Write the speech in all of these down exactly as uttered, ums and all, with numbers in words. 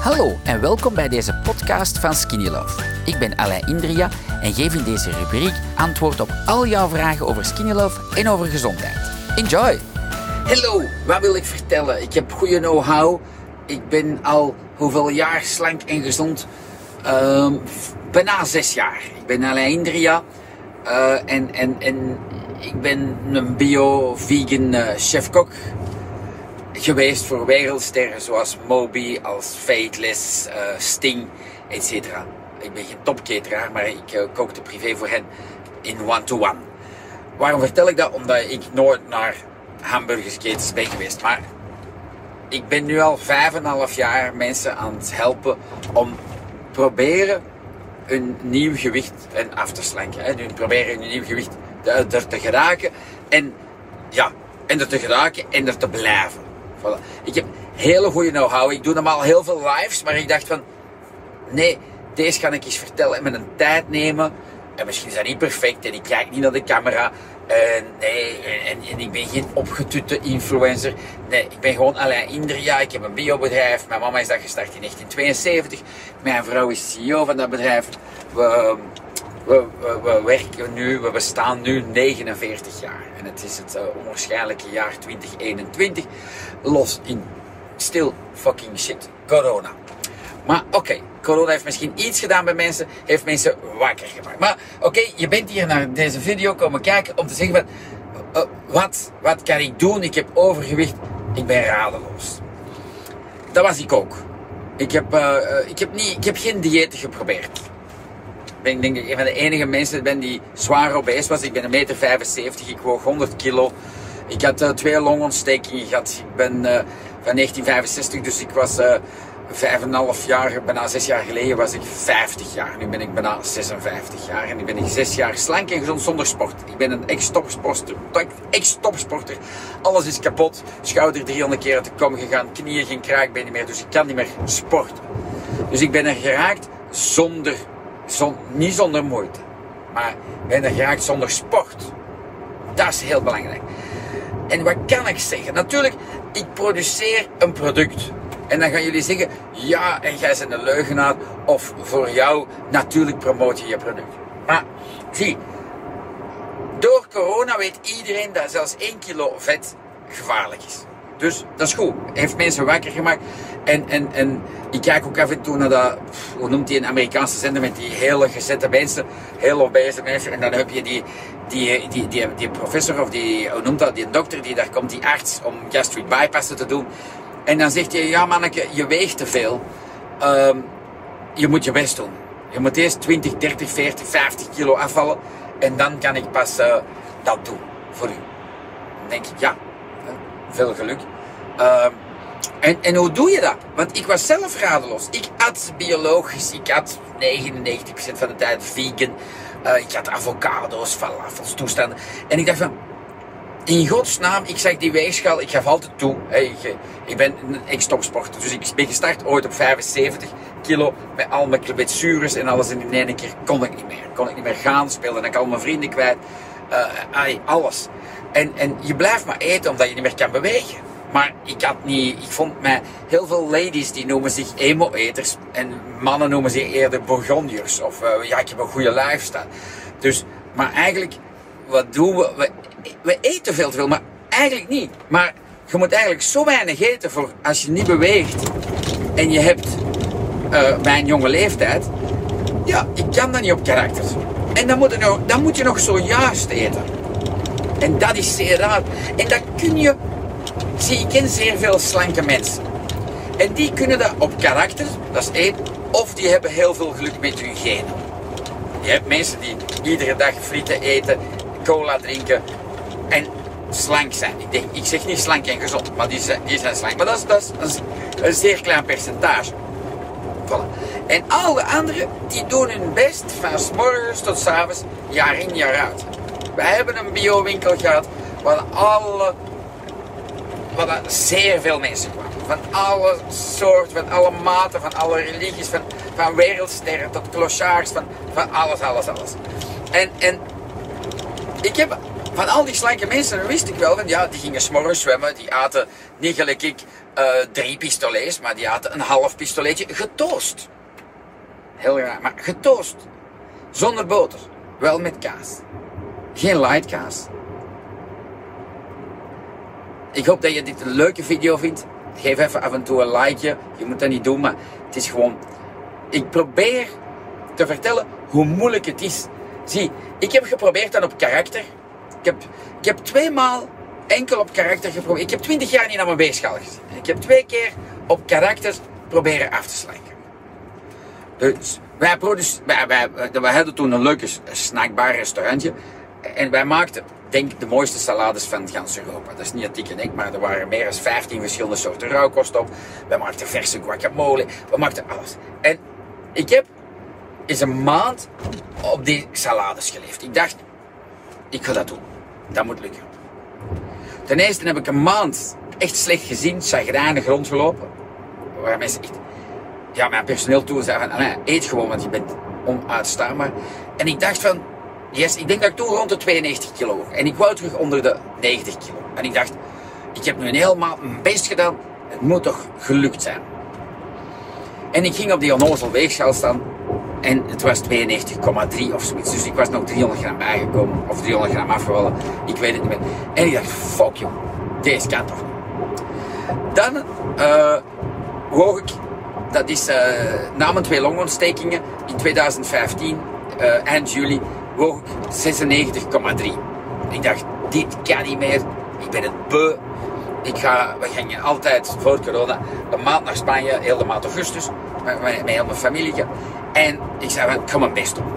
Hallo en welkom bij deze podcast van Skinny Love. Ik ben Alain Indria en geef in deze rubriek antwoord op al jouw vragen over Skinny Love en over gezondheid. Enjoy! Hallo, wat wil ik vertellen? Ik heb goede know-how. Ik ben al hoeveel jaar slank en gezond? Uh, bijna zes jaar. Ik ben Alain Indria uh, en, en, en ik ben een bio-vegan uh, chef-kok geweest voor wereldsterren zoals Moby, als Fateless, uh, Sting, et cetera. Ik ben geen topcateraar, maar ik uh, kookte privé voor hen in one-to-one. Waarom vertel ik dat? Omdat ik nooit naar hamburgersketens ben geweest. Maar ik ben nu al vijf en een half jaar mensen aan het helpen om proberen een nieuw gewicht en af te slanken. Hè. Nu proberen een nieuw gewicht er te geraken en ja, en er te geraken en er te blijven. Voilà. Ik heb hele goede know-how. Ik doe normaal heel veel lives, maar ik dacht van nee, deze ga ik eens vertellen en met een tijd nemen. En misschien is dat niet perfect en ik kijk niet naar de camera. En nee, en, en ik ben geen opgetutte influencer. Nee, ik ben gewoon Alain Indria. Ik heb een biobedrijf. Mijn mama is dat gestart in negentien tweeënzeventig. Mijn vrouw is C E O van dat bedrijf. We, we, we, we werken nu, we bestaan nu negenenveertig jaar. En het is het uh, onwaarschijnlijke jaar twintig eenentwintig. Los in still fucking shit. Corona. Maar oké, okay, corona heeft misschien iets gedaan bij mensen, heeft mensen wakker gemaakt. Maar oké, okay, je bent hier naar deze video komen kijken om te zeggen van, uh, wat, wat kan ik doen? Ik heb overgewicht, ik ben radeloos. Dat was ik ook. Ik heb, uh, uh, ik heb, niet, ik heb geen diëten geprobeerd. Ik denk dat ik een van de enige mensen ben die zwaar obese was. Ik ben een meter vijfenzeventig, ik woog honderd kilo. Ik had uh, twee longontstekingen gehad. Ik ben uh, van negentien vijfenzestig, dus ik was... Uh, Vijf en een half jaar, bijna zes jaar geleden was ik vijftig jaar. Nu ben ik bijna zesenvijftig jaar en nu ben ik zes jaar slank en gezond zonder sport. Ik ben een ex-topsporter. Ex-topsporter. Alles is kapot. Schouder driehonderd keer uit de kom gegaan. Knieën geen kraakbenen meer. Dus ik kan niet meer sporten. Dus ik ben er geraakt zonder, zon, niet zonder moeite. Maar ben er geraakt zonder sport. Dat is heel belangrijk. En wat kan ik zeggen? Natuurlijk, ik produceer een product. En dan gaan jullie zeggen, ja, en jij bent een leugenaar. Of voor jou, natuurlijk promoot je je product. Maar, zie, door corona weet iedereen dat zelfs één kilo vet gevaarlijk is. Dus, dat is goed. Heeft mensen wakker gemaakt. En, en, en ik kijk ook af en toe naar dat, hoe noemt die een Amerikaanse zender met die hele gezette mensen. Heel obese mensen. En dan heb je die, die, die, die, die professor of die, hoe noemt dat, die dokter, die daar komt, die arts, om gastric bypassen te doen. En dan zegt hij, ja manneke, je weegt te veel. Um, je moet je best doen. Je moet eerst twintig, dertig, veertig, vijftig kilo afvallen. En dan kan ik pas uh, dat doen voor u. Dan denk ik, ja, veel geluk. Um, en, en hoe doe je dat? Want ik was zelf radeloos. Ik at biologisch, ik at negenennegentig procent van de tijd vegan. Uh, ik had avocado's, falafels, toestanden. En ik dacht van... In godsnaam, ik zag die weegschaal, ik gaf altijd toe. Hey, ik, ik ben een ex-topsporter, dus ik ben gestart ooit op vijfenzeventig kilo. Met al mijn kwetsuures en alles. En in één keer kon ik niet meer. Kon ik niet meer gaan, speelde en ik al mijn vrienden kwijt. Uh, ay, alles. En, en je blijft maar eten omdat je niet meer kan bewegen. Maar ik had niet, ik vond mij, heel veel ladies die noemen zich emo-eters. En mannen noemen zich eerder bourgondiërs. Of uh, ja, ik heb een goede lifestyle. Dus, maar eigenlijk, wat doen we? we We eten veel te veel, maar eigenlijk niet. Maar je moet eigenlijk zo weinig eten voor als je niet beweegt en je hebt uh, bij een jonge leeftijd. Ja, ik kan dat niet op karakter. En dan moet, je nog, dan moet je nog zojuist eten. En dat is zeer raar. En dat kun je... Zie, ik ken zeer veel slanke mensen. En die kunnen dat op karakter, dat is één. Of die hebben heel veel geluk met hun genen. Je hebt mensen die iedere dag frieten eten, cola drinken en slank zijn. Ik, denk, ik zeg niet slank en gezond, maar die zijn, die zijn slank. Maar dat is, dat, is, dat is een zeer klein percentage. Voilà. En al de anderen, die doen hun best van 's morgens tot 's avonds, jaar in jaar uit. Wij hebben een biowinkel gehad, waar alle, waar zeer veel mensen kwamen. Van alle soorten, van alle maten, van alle religies, van, van wereldsterren tot clochards, van, van alles, alles, alles. En, en ik heb van al die slanke mensen wist ik wel, van ja, die gingen 's morgens zwemmen, die aten niet gelijk ik uh, drie pistolets, maar die aten een half pistoletje getoast. Heel raar, maar getoast. Zonder boter, wel met kaas. Geen light kaas. Ik hoop dat je dit een leuke video vindt. Geef even af en toe een likeje. Je moet dat niet doen, maar het is gewoon... Ik probeer te vertellen hoe moeilijk het is. Zie, ik heb geprobeerd dan op karakter. Ik heb, ik heb twee maal enkel op karakter geprobeerd. Ik heb twintig jaar niet naar mijn weegschaal gezien. Ik heb twee keer op karakter proberen af te slanken. Dus wij, produce, wij, wij, wij hadden toen een leuke snackbar restaurantje. En wij maakten, denk ik, de mooiste salades van gans Europa. Dat is niet een dikke nek, maar er waren meer dan vijftien verschillende soorten rauwkost op. Wij maakten verse guacamole. We maakten alles. En ik heb eens een maand op die salades geleefd. Ik dacht, ik ga dat doen. Dat moet lukken. Ten eerste heb ik een maand echt slecht gezien, chagrijnig rondgelopen. Waar mensen echt... Ja, mijn personeel toen zei van, Alain, eet gewoon, want je bent onuitstaanbaar. En ik dacht van, yes, ik denk dat ik toen rond de tweeënnegentig kilo woog. En ik wou terug onder de negentig kilo. En ik dacht, ik heb nu een hele maand mijn best gedaan. Het moet toch gelukt zijn. En ik ging op die onnozel weegschaal staan. En het was tweeënnegentig komma drie of zoiets. Dus ik was nog driehonderd gram bijgekomen. Of driehonderd gram afgevallen. Ik weet het niet meer. En ik dacht, fuck joh. Deze kan toch niet. Dan uh, woog ik... Dat is uh, na mijn twee longontstekingen in tweeduizend vijftien, uh, eind juli, woog ik zesennegentig komma drie. Ik dacht, dit kan niet meer. Ik ben het beu. Ik ga, we gingen altijd voor corona een maand naar Spanje, heel de maand augustus, met, met, met heel mijn familie. En ik zei, ik ga mijn best doen.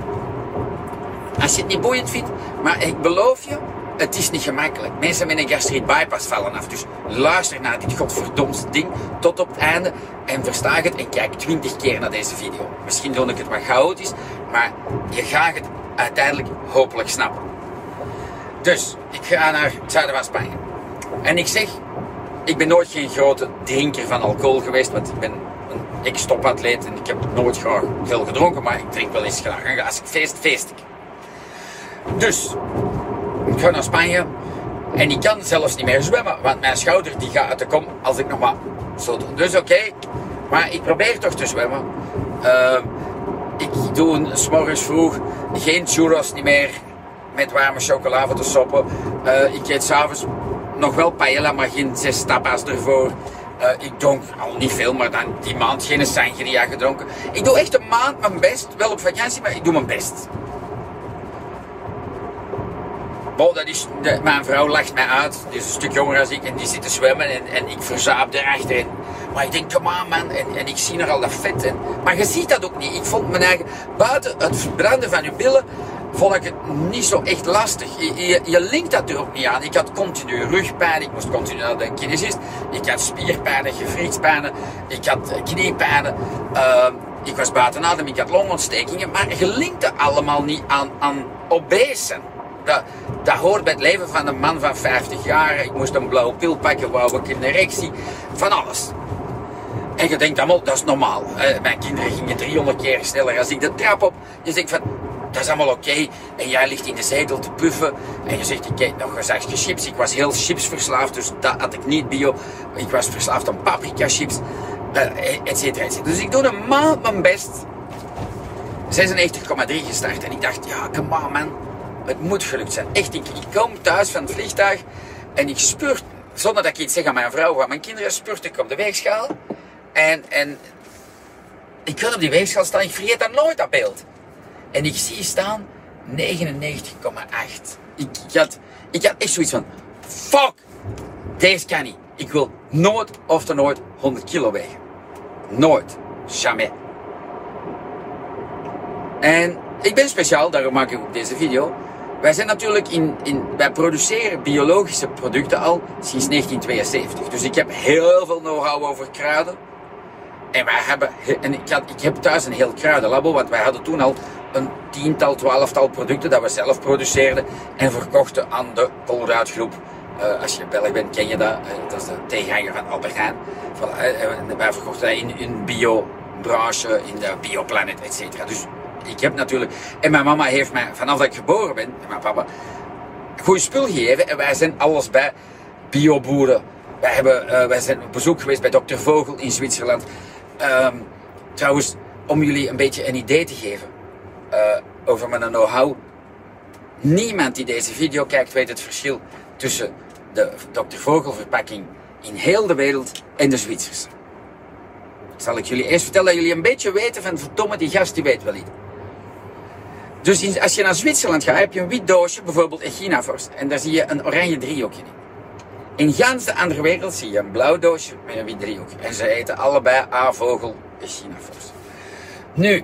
Als je het niet boeiend vindt, maar ik beloof je, het is niet gemakkelijk. Mensen met een gastriet bypass vallen af. Dus luister naar dit godverdomste ding tot op het einde en versta het en kijk twintig keer naar deze video. Misschien vond ik het wat chaotisch, maar je gaat het uiteindelijk hopelijk snappen. Dus, ik ga naar het zuiden van Spanje. En ik zeg, ik ben nooit geen grote drinker van alcohol geweest, want ik ben een ex-topatleet en ik heb nooit graag veel gedronken, maar ik drink wel eens graag. Als ik feest, feest ik. Dus... Ik ga naar Spanje en ik kan zelfs niet meer zwemmen, want mijn schouder die gaat uit de kom als ik nog maar zo doe. Dus oké, okay, maar ik probeer toch te zwemmen. Uh, ik doe 's morgens vroeg geen churros niet meer met warme chocola voor te soppen. Uh, ik eet 's avonds nog wel paella, maar geen zes tapas ervoor. Uh, ik dronk al niet veel, maar dan die maand geen sangria gedronken. Ik doe echt een maand mijn best, wel op vakantie, maar ik doe mijn best. Oh, dat is, de, mijn vrouw lacht mij uit, die is een stuk jonger als ik en die zit te zwemmen en, en ik verzuip erachter. Maar ik denk, come on man, en, en ik zie er al dat vet. En, maar je ziet dat ook niet. Ik vond mijn eigen, buiten het verbranden van je billen, vond ik het niet zo echt lastig. Je, je, je linkt dat er ook niet aan. Ik had continu rugpijn, ik moest continu naar de kinesist. Ik had spierpijnen, gewrichtspijnen, ik had kniepijnen. Uh, ik was buiten adem, ik had longontstekingen. Maar je linkt dat allemaal niet aan, aan obese zijn. Dat, dat hoort bij het leven van een man van vijftig jaar. Ik moest een blauwe pil pakken, wou ik in de erectie. Van alles. En je denkt allemaal, dat is normaal. Mijn kinderen gingen driehonderd keer sneller als ik de trap op. Je denkt van, dat is allemaal oké. Okay. En jij ligt in de zetel te puffen. En je zegt, ik eet nog een zakje chips. Ik was heel chipsverslaafd, dus dat had ik niet bio. Ik was verslaafd aan paprika chips. Uh, et cetera, et cetera. Dus ik doe een maand mijn best. zesennegentig komma drie gestart. En ik dacht, ja, come on man. Het moet gelukt zijn. Echt, ik, ik kom thuis van het vliegtuig en ik spurt, zonder dat ik iets zeg aan mijn vrouw of aan mijn kinderen, spurt ik op de weegschaal. En, en ik ga op die weegschaal staan, ik vergeet dat nooit, dat beeld. En ik zie staan negenennegentig komma acht. Ik, ik, had, ik had echt zoiets van, fuck, deze kan niet. Ik wil nooit of te nooit honderd kilo wegen. Nooit. Jamais. En ik ben speciaal, daarom maak ik ook deze video. Wij zijn natuurlijk in, in, wij produceren biologische producten al sinds negentien tweeënzeventig. Dus ik heb heel veel know-how over kruiden. En wij hebben, en ik, had, ik heb thuis een heel kruidenlabo, want wij hadden toen al een tiental, twaalftal producten dat we zelf produceerden en verkochten aan de Colruyt-groep. Uh, als je Belg bent, ken je dat. Uh, dat is de tegenhanger van Albert Heijn. Voilà, uh, wij verkochten dat in, in bio-branche, in de Bioplanet, et cetera. Dus ik heb natuurlijk... En mijn mama heeft mij, vanaf dat ik geboren ben, en mijn papa, goed spul geven en wij zijn alles bij bioboeren. Wij, hebben, uh, wij zijn op bezoek geweest bij dokter Vogel in Zwitserland. Um, trouwens, om jullie een beetje een idee te geven uh, over mijn know-how. Niemand die deze video kijkt weet het verschil tussen de dokter Vogel verpakking in heel de wereld en de Zwitserse. Zal ik jullie eerst vertellen dat jullie een beetje weten van verdomme die gast die weet wel iets. Dus in, als je naar Zwitserland gaat heb je een wit doosje, bijvoorbeeld Echinaforce. En daar zie je een oranje driehoekje in. In gans de andere wereld zie je een blauw doosje met een wit driehoekje. En ze eten allebei A-vogel Echinaforce. Nu,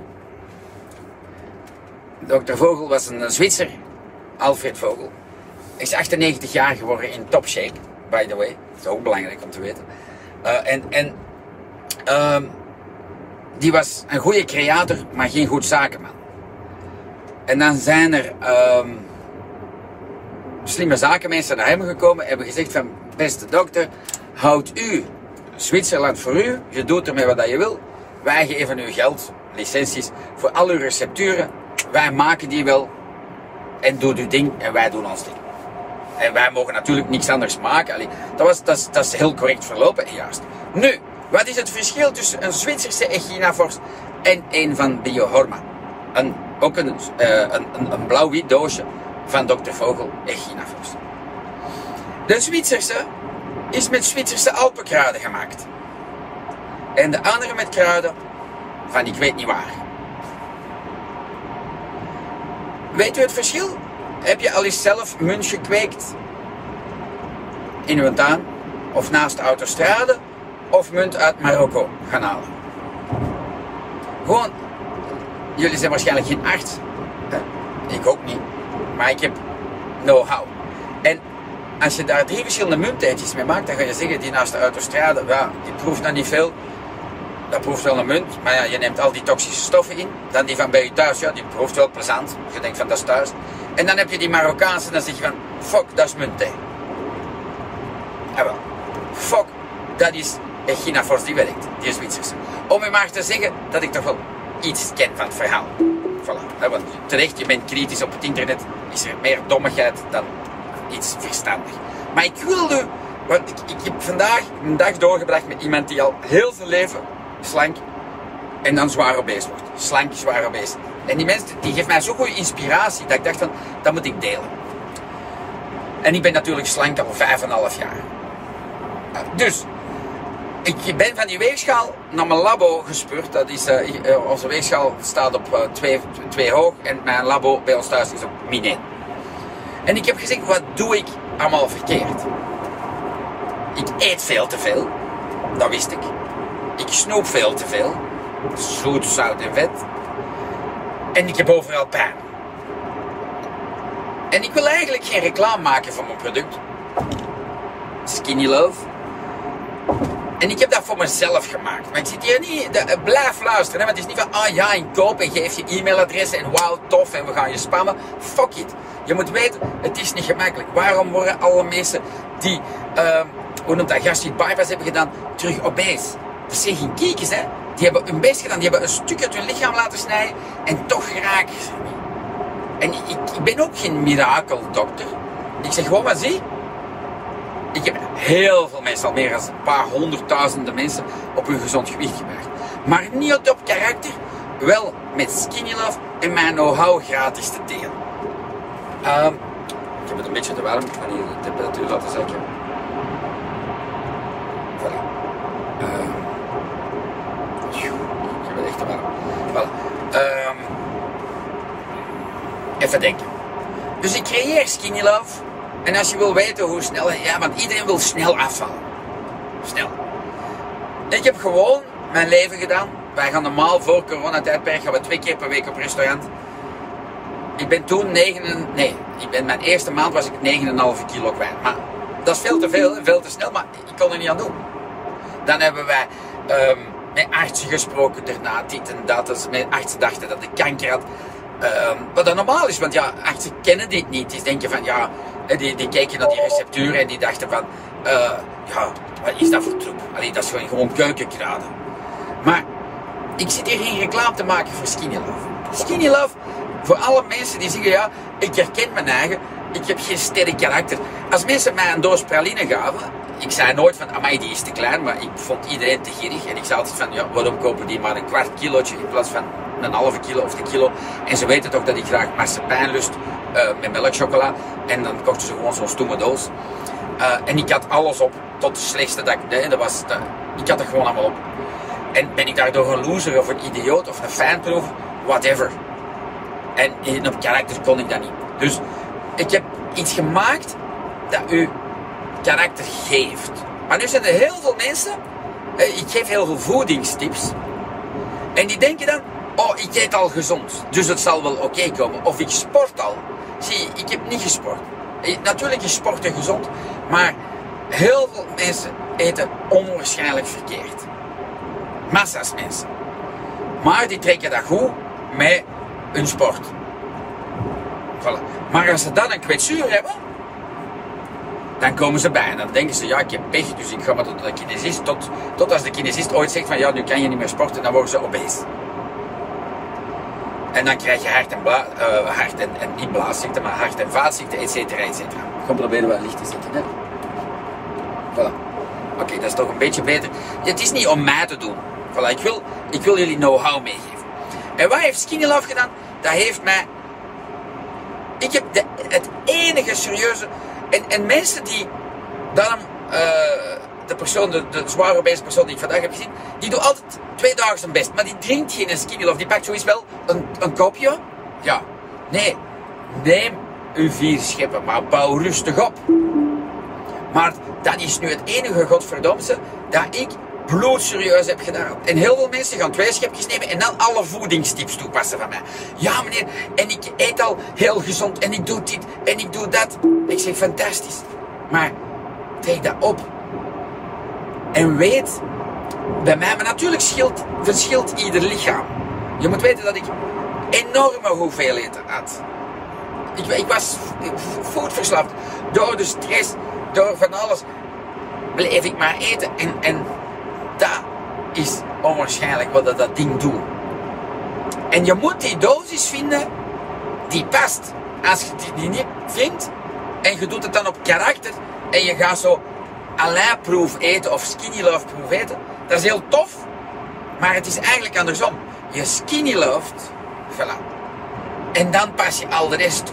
dokter Vogel was een Zwitser, Alfred Vogel. Hij is achtennegentig jaar geworden in top shape, by the way. Dat is ook belangrijk om te weten. Uh, en en uh, die was een goede creator, maar geen goed zakenman. En dan zijn er uh, slimme zakenmensen naar hem gekomen en hebben gezegd van, beste dokter, houd u Zwitserland voor u, je doet ermee wat je wil. Wij geven u geld, licenties, voor al uw recepturen. Wij maken die wel en doe uw ding en wij doen ons ding. En wij mogen natuurlijk niks anders maken. Allee, dat, was, dat, is, dat is heel correct verlopen en juist. Nu, wat is het verschil tussen een Zwitserse Echinaforce en een van Bio-Horma? Een, ook een, uh, een, een, een blauw-wit doosje van dokter Vogel Echinaforce. De Zwitserse is met Zwitserse Alpenkruiden gemaakt. En de andere met kruiden van ik weet niet waar. Weet u het verschil? Heb je al eens zelf munt gekweekt? In uw tuin? Of naast de autostrade? Of munt uit Marokko gaan halen? Gewoon, jullie zijn waarschijnlijk geen arts. Ik ook niet. Maar ik heb know-how. En als je daar drie verschillende munteetjes mee maakt, dan ga je zeggen, die naast de autostrade, ja, die proeft nog niet veel. Dat proeft wel een munt, maar ja, je neemt al die toxische stoffen in. Dan die van bij je thuis, ja, die proeft wel plezant. Je denkt van, dat is thuis. En dan heb je die Marokkaanse, dan zeg je van, fuck, dat is muntthee. Jawel. Fuck, dat is Echinaforce die werkt, die is Zwitsers. Om je maar te zeggen dat ik toch wel iets ken van het verhaal. Voilà. Want terecht, je bent kritisch op het internet, is er meer dommigheid dan iets verstandig. Maar ik wilde, want ik, ik heb vandaag een dag doorgebracht met iemand die al heel zijn leven slank en dan zwaar obese wordt. Slank, zwaar obese. En die mensen, die geeft mij zo'n goede inspiratie dat ik dacht van, dat moet ik delen. En ik ben natuurlijk slank al vijf en een half jaar. Dus, ik ben van die weegschaal naar mijn labo gespeurd. Dat is, uh, onze weegschaal staat op twee hoog en mijn labo bij ons thuis is op min één. En ik heb gezegd, wat doe ik allemaal verkeerd? Ik eet veel te veel. Dat wist ik. Ik snoep veel te veel. Zoet, zout en vet. En ik heb overal pijn. En ik wil eigenlijk geen reclame maken van mijn product. Skinny Love. En ik heb dat voor mezelf gemaakt. Maar ik zit hier niet... De, blijf luisteren. Hè, want het is niet van... Ah ja, ik koop en geef je e-mailadres. En wauw, tof. En we gaan je spammen. Fuck it. Je moet weten, het is niet gemakkelijk. Waarom worden alle mensen die... Uh, hoe noemt dat? Gastric bypass hebben gedaan. Terug obese. Dat zijn geen kiekjes, hè. Die hebben hun best gedaan. Die hebben een stuk uit hun lichaam laten snijden. En toch raken ze niet. En ik, ik ben ook geen mirakeldokter. Ik zeg gewoon, wat zie. Ik heb heel veel mensen, al meer dan een paar honderdduizenden mensen, op hun gezond gewicht gebracht. Maar niet op karakter, wel met Skinny Love en mijn know-how gratis te delen. Um, ik heb het een beetje te warm, ik ga hier de temperatuur laten zakken. Voilà. Um, ik heb het echt te warm. Voilà. Um, even denken. Dus ik creëer Skinny Love. En als je wil weten hoe snel, ja, want iedereen wil snel afvallen. Snel. Ik heb gewoon mijn leven gedaan. Wij gaan normaal voor coronatijdperk gaan we twee keer per week op restaurant. Ik ben toen negen, nee, ik ben mijn eerste maand was ik negen komma vijf kilo kwijt. Maar dat is veel te veel, veel te snel, maar ik kon er niet aan doen. Dan hebben wij um, met artsen gesproken daarna, dit en dat. Dus met artsen dachten dat ik kanker had. Um, wat dat normaal is, want ja, artsen kennen dit niet. Die denken van, ja, die, die keken naar die recepturen en die dachten van, uh, ja, wat is dat voor troep? Allee, dat is gewoon, gewoon keukenkruiden. Maar ik zit hier geen reclame te maken voor Skinny Love. Skinny Love, voor alle mensen die zeggen, ja, ik herken mijn eigen, ik heb geen sterk karakter. Als mensen mij een doos praline gaven, ik zei nooit van, amai, die is te klein, maar ik vond iedereen te gierig. En ik zei altijd van, ja, waarom kopen die maar een kwart kilootje in plaats van een halve kilo of een kilo. En ze weten toch dat ik graag marsepein lust uh, met melkchocola. En dan kochten ze gewoon zo'n stomme doos. Uh, en ik had alles op, tot de slechtste dat ik deed. Dat was, dat, ik had het gewoon allemaal op. En ben ik daardoor een loser of een idioot of een fijnproever? Whatever. En in op karakter kon ik dat niet. Dus ik heb iets gemaakt dat u karakter geeft. Maar nu zijn er heel veel mensen, ik geef heel veel voedingstips. En die denken dan, oh, ik eet al gezond, dus het zal wel oké okay komen. Of ik sport al. Zie, ik heb niet gesport. Natuurlijk is sporten gezond, maar heel veel mensen eten onwaarschijnlijk verkeerd. Massa's mensen. Maar die trekken dat goed met hun sport. Voilà. Maar als ze dan een kwetsuur hebben, dan komen ze bij en dan denken ze, ja, ik heb pech, dus ik ga maar tot de kinesist, tot, tot als de kinesist ooit zegt van, ja, nu kan je niet meer sporten, dan worden ze obese. En dan krijg je hart en, bla, uh, hart en, en niet blaasziekten, maar hart- en vaatziekten, et cetera, et cetera. Ik ga proberen wat licht te zetten, hè. Voilà. Oké, okay, dat is toch een beetje beter. Het is niet om mij te doen. Voilà, ik wil, ik wil jullie know-how meegeven. En wat heeft Skinny Love gedaan? Dat heeft mij... Ik heb de, het enige serieuze... En, en mensen die... Daarom... Uh, de persoon, de, de zwaar obese persoon die ik vandaag heb gezien, die doet altijd twee dagen zijn best. Maar die drinkt geen Skinny Love. Die pakt zoiets wel een, een kopje. Ja. Nee. Neem uw vier scheppen, maar bouw rustig op. Maar dat is nu het enige godverdomse dat ik bloedserieus heb gedaan. En heel veel mensen gaan twee schepjes nemen en dan alle voedingstips toepassen van mij. Ja meneer, en ik eet al heel gezond en ik doe dit en ik doe dat. Ik zeg fantastisch. Maar trek dat op. En weet, bij mij, maar natuurlijk scheelt, verschilt ieder lichaam. Je moet weten dat ik enorme hoeveelheden had. Ik, ik was foodverslaafd. Door de stress, door van alles, bleef ik maar eten. En, en dat is onwaarschijnlijk wat dat, dat ding doet. En je moet die dosis vinden die past. Als je die, die niet vindt, en je doet het dan op karakter, en je gaat zo Alain-proef eten of Skinny Love-proef eten, dat is heel tof, maar het is eigenlijk andersom. Je Skinny Loved, voilà. En dan pas je al de rest toe.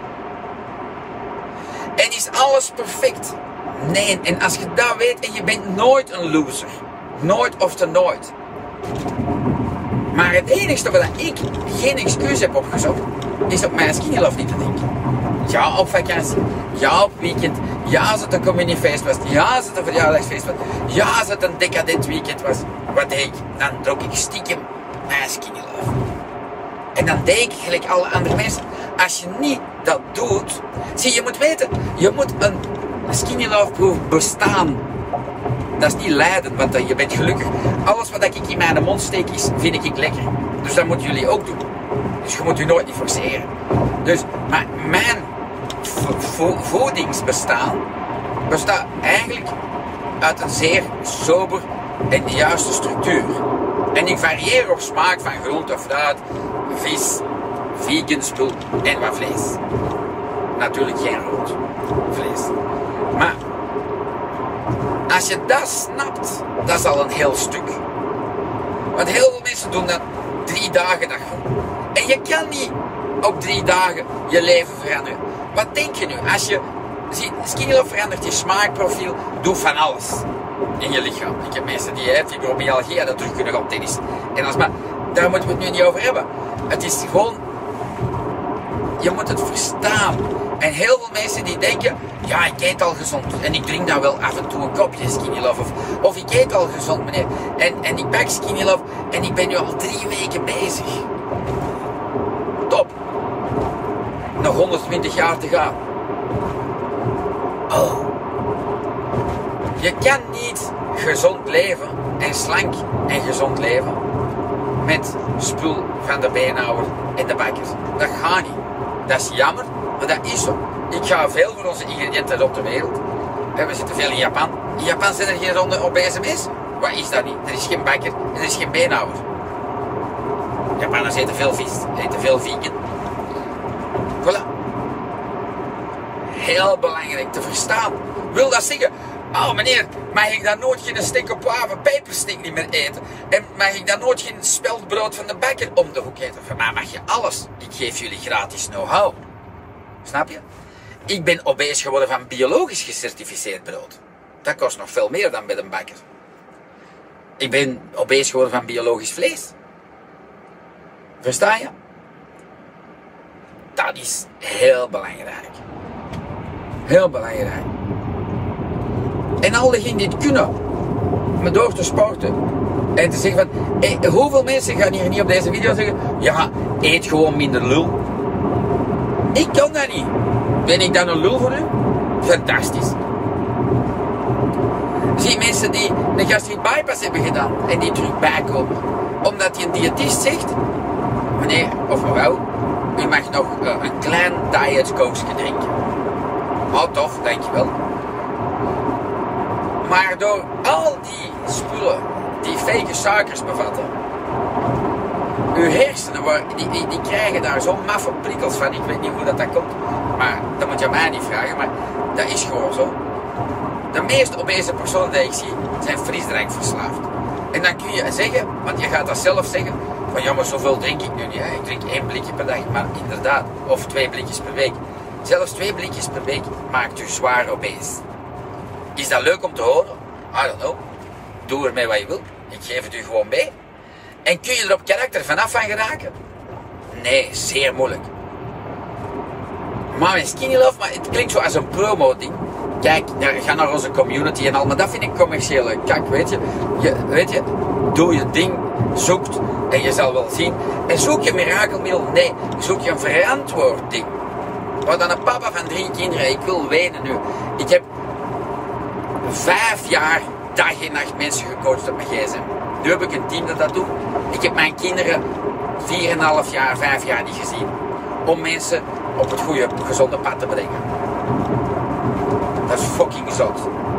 En is alles perfect? Nee, en als je dat weet, en je bent nooit een loser. Nooit of te nooit. Maar het enige wat ik geen excuus heb opgezocht, is op mijn Skinny Love niet te denken. Ja, op vakantie. Ja, op weekend. Ja, als het een communiefeest was. Ja, als het een verjaardagsfeest was. Ja, als het een decadent weekend was. Wat deed ik? Dan dronk ik stiekem mijn Skinny Love. En dan deed ik gelijk alle andere mensen. Als je niet dat doet... Zie, je moet weten, je moet een Skinny Love proef bestaan. Dat is niet lijden, want je bent gelukkig. Alles wat ik in mijn mond steek, is, vind ik lekker. Dus dat moeten jullie ook doen. Dus je moet je nooit niet forceren. Dus, maar mijn vo voedingsbestaan bestaat eigenlijk uit een zeer sober en de juiste structuur. En ik varieer op smaak van groente, fruit, vis, vegan spul en wat vlees. Natuurlijk geen rood vlees. Maar als je dat snapt, dat is al een heel stuk. Want heel veel mensen doen dat drie dagen dat goed. En je kan niet op drie dagen je leven veranderen. Wat denk je nu? Als je ziet, Skinny Love verandert je smaakprofiel, doe van alles in je lichaam. Ik heb mensen die hebben fibromyalgie dat terug kunnen op tennis. En als maar, daar moeten we het nu niet over hebben. Het is gewoon, je moet het verstaan. En heel veel mensen die denken, ja, ik eet al gezond. En ik drink dan wel af en toe een kopje Skinny Love. Of, of ik eet al gezond, meneer. En, en ik pak Skinny Love en ik ben nu al drie weken bezig. Top. Nog honderdtwintig jaar te gaan. Oh. Je kan niet gezond leven en slank en gezond leven met spul van de beenhouwer en de bakker. Dat gaat niet. Dat is jammer, maar dat is zo. Ik ga veel voor onze ingrediënten op de wereld. We zitten veel in Japan. In Japan zijn er geen ronde obese mensen. Wat is dat niet? Er is geen bakker en er is geen beenhouwer. Japanners eten veel vis, eten veel vegan. Voilà. heel belangrijk te verstaan. Wil dat zeggen, oh meneer, mag ik dan nooit geen stek op haven pepersteak niet meer eten? En mag ik dan nooit geen speldbrood van de bakker om de hoek eten? Van mij mag je alles. Ik geef jullie gratis know-how. Snap je? Ik ben obese geworden van biologisch gecertificeerd brood. Dat kost nog veel meer dan bij een bakker. Ik ben obese geworden van biologisch vlees. Versta je? Dat is heel belangrijk. Heel belangrijk. En al diegenen die het kunnen, maar door te sporten en te zeggen van, hey, hoeveel mensen gaan hier niet op deze video zeggen, ja, eet gewoon minder lul. Ik kan dat niet. Ben ik dan een lul voor u? Fantastisch. Zie mensen die een gastric bypass hebben gedaan en die terug bijkomen, omdat die een diëtist zegt, meneer of mevrouw, u mag nog uh, een klein diet coke drinken. Oh tof, dankjewel. Maar door al die spullen die fake suikers bevatten, uw hersenen worden, die, die, die krijgen daar zo'n maffe prikkels van. Ik weet niet hoe dat, dat komt, maar dat moet je mij niet vragen, maar dat is gewoon zo. De meest obese personen die ik zie, zijn frisdrankverslaafd. En dan kun je zeggen, want je gaat dat zelf zeggen, van ja maar zoveel drink ik nu niet. Ik drink één blikje per dag, maar inderdaad, of twee blikjes per week. Zelfs twee blikjes per week maakt u zwaar obese. Is dat leuk om te horen? I don't know. Doe ermee wat je wil. Ik geef het u gewoon mee. En kun je er op karakter vanaf van geraken? Nee, zeer moeilijk. Maar met Skinny Love, maar het klinkt zo als een promo-ding. Kijk, ga naar onze community en al, maar dat vind ik commerciële kak, weet je. je. Weet je, doe je ding, zoekt en je zal wel zien. En zoek je mirakelmiddel? Nee, zoek je een verantwoord ding. Wat dan een papa van drie kinderen, ik wil wenen nu. Ik heb vijf jaar dag en nacht mensen gecoacht op mijn gsm. Nu heb ik een team dat dat doet. Ik heb mijn kinderen vier en een half jaar, vijf jaar niet gezien. Om mensen op het goede, gezonde pad te brengen. Dat is fucking zot.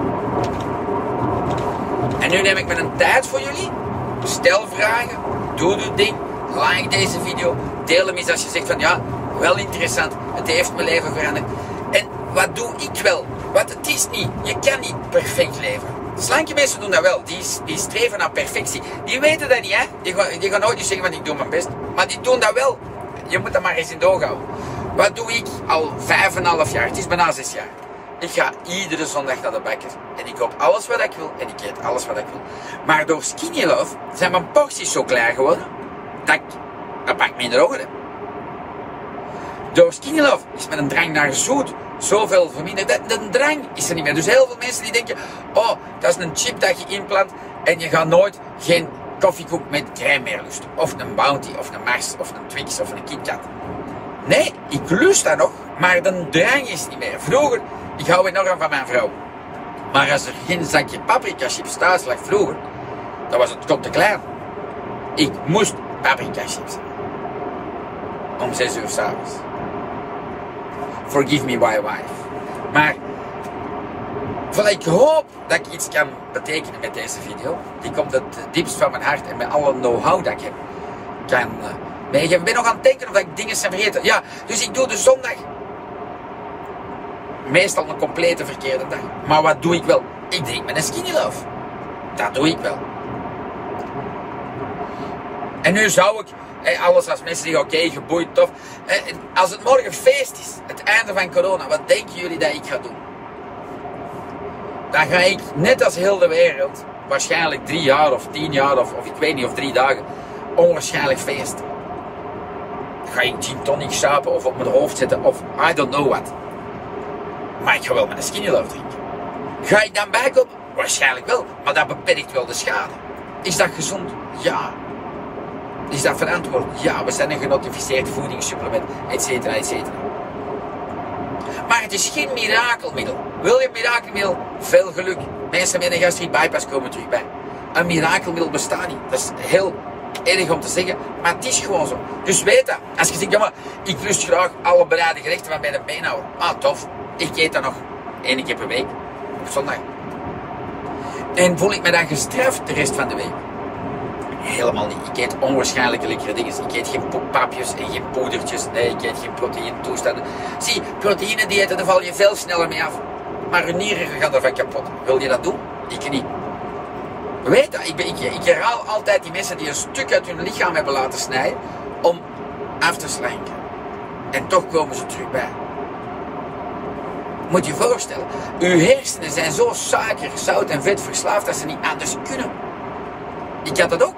En nu neem ik me een tijd voor jullie. Stel vragen. Doe uw ding. Like deze video. Deel hem eens als je zegt van ja, wel interessant. Het heeft mijn leven veranderd. En wat doe ik wel? Wat het is niet. Je kan niet perfect leven. Slanke mensen doen dat wel. Die, die streven naar perfectie. Die weten dat niet, hè. Die gaan, die gaan nooit eens zeggen van ik doe mijn best. Maar die doen dat wel. Je moet dat maar eens in de oog houden. Wat doe ik al vijf en een half jaar? Het is bijna zes jaar. Ik ga iedere zondag naar de bakker. En ik koop alles wat ik wil. En ik eet alles wat ik wil. Maar door Skinny Love zijn mijn porties zo klaar geworden. Dat ik een pak minder ogen heb. Door Skinny Love is met een drang naar zoet zoveel verminderd. De, de drang is er niet meer. Dus heel veel mensen die denken, oh, dat is een chip dat je inplant. En je gaat nooit geen koffiekoek met crème meer lusten. Of een Bounty, of een Mars, of een Twix, of een KitKat. Nee, ik lust dat nog, maar de drang is niet meer. Vroeger, ik hou enorm van mijn vrouw. Maar als er geen zakje paprika chips thuis lag vroeger, dan was het kot te klein. Ik moest paprika chips. Om zes uur s'avonds. Forgive me, my wife. Maar, voilà, ik hoop dat ik iets kan betekenen met deze video. Die komt het diepst van mijn hart en met alle know-how dat ik heb, kan uh, meegeven. Ik ben nog aan het denken of dat ik dingen zijn vergeten. Ja, dus ik doe de zondag meestal een complete verkeerde dag. Maar wat doe ik wel? Ik drink met een Skinny Love. Dat doe ik wel. En nu zou ik, eh, alles als mensen zeggen, oké, okay, geboeid, tof. Eh, als het morgen feest is, het einde van corona, wat denken jullie dat ik ga doen? Dan ga ik, net als heel de wereld, waarschijnlijk drie jaar of tien jaar of, of ik weet niet, of drie dagen, onwaarschijnlijk feesten. Ga ik gin tonic suipen of op mijn hoofd zetten of I don't know what. Maar ik ga wel met een Skinny Love drinken. Ga ik dan bijkopen? Waarschijnlijk wel, maar dat beperkt wel de schade. Is dat gezond? Ja. Is dat verantwoord? Ja, we zijn een genotificeerd voedingssupplement, et cetera, et cetera. Maar het is geen mirakelmiddel. Wil je een mirakelmiddel? Veel geluk. Mensen met een gastric bypass komen terug bij. Een mirakelmiddel bestaat niet. Dat is heel erg om te zeggen, maar het is gewoon zo. Dus weet dat. Als je zegt, ja maar, ik lust graag alle bereide gerechten van bij de beenhouwer. Ah, tof. Ik eet dat nog één keer per week. Op zondag. En voel ik me dan gestraft de rest van de week? Helemaal niet. Ik eet onwaarschijnlijke lekkere dingen. Ik eet geen papjes en geen poedertjes. Nee, ik eet geen proteïne toestanden. Zie, proteïne diëten, daar val je veel sneller mee af. Maar je nieren gaan ervan kapot. Wil je dat doen? Ik niet. Weet dat, ik, ben, ik, ik herhaal altijd die mensen die een stuk uit hun lichaam hebben laten snijden om af te slanken. En toch komen ze terug bij. Moet je je voorstellen, uw hersenen zijn zo suiker, zout en vet verslaafd dat ze niet anders kunnen. Ik had dat ook.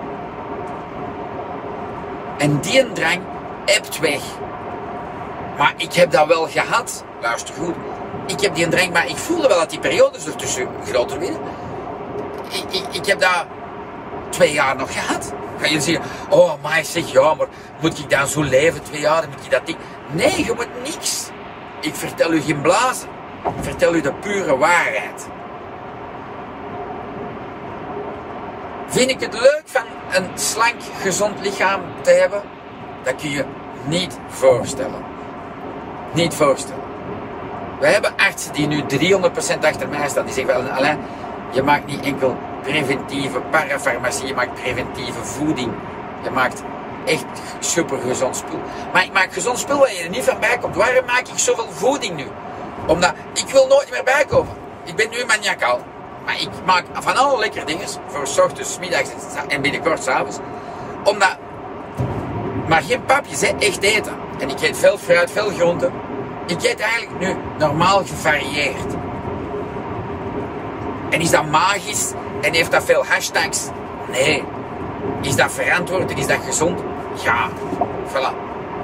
En die drang ebt weg. Maar ik heb dat wel gehad. Luister goed. Ik heb die drang, maar ik voelde wel dat die periodes ertussen groter werden. Ik, ik, ik heb dat twee jaar nog gehad. Ga je zeggen, oh maar zeg, ja, maar moet ik dan zo leven twee jaar? Moet ik dat niet? Nee, je moet niks. Ik vertel u geen blazen. Ik vertel u de pure waarheid. Vind ik het leuk van een slank, gezond lichaam te hebben? Dat kun je niet voorstellen. Niet voorstellen. We hebben artsen die nu driehonderd procent achter mij staan. Die zeggen wel, Alain, je maakt niet enkel preventieve parafarmacie, je maakt preventieve voeding. Je maakt echt super gezond spul. Maar ik maak gezond spul waar je er niet van bij komt. Waarom maak ik zoveel voeding nu? Omdat ik wil nooit meer bijkomen. Ik ben nu maniacaal. Maar ik maak van alle lekkere dingen, voor 's ochtends, 's middags en binnenkort 's avonds. Omdat, maar geen papjes, hè, echt eten. En ik eet veel fruit, veel groenten. Ik eet eigenlijk nu normaal gevarieerd. En is dat magisch? En heeft dat veel hashtags? Nee. Is dat verantwoord en is dat gezond? Ja. Voilà.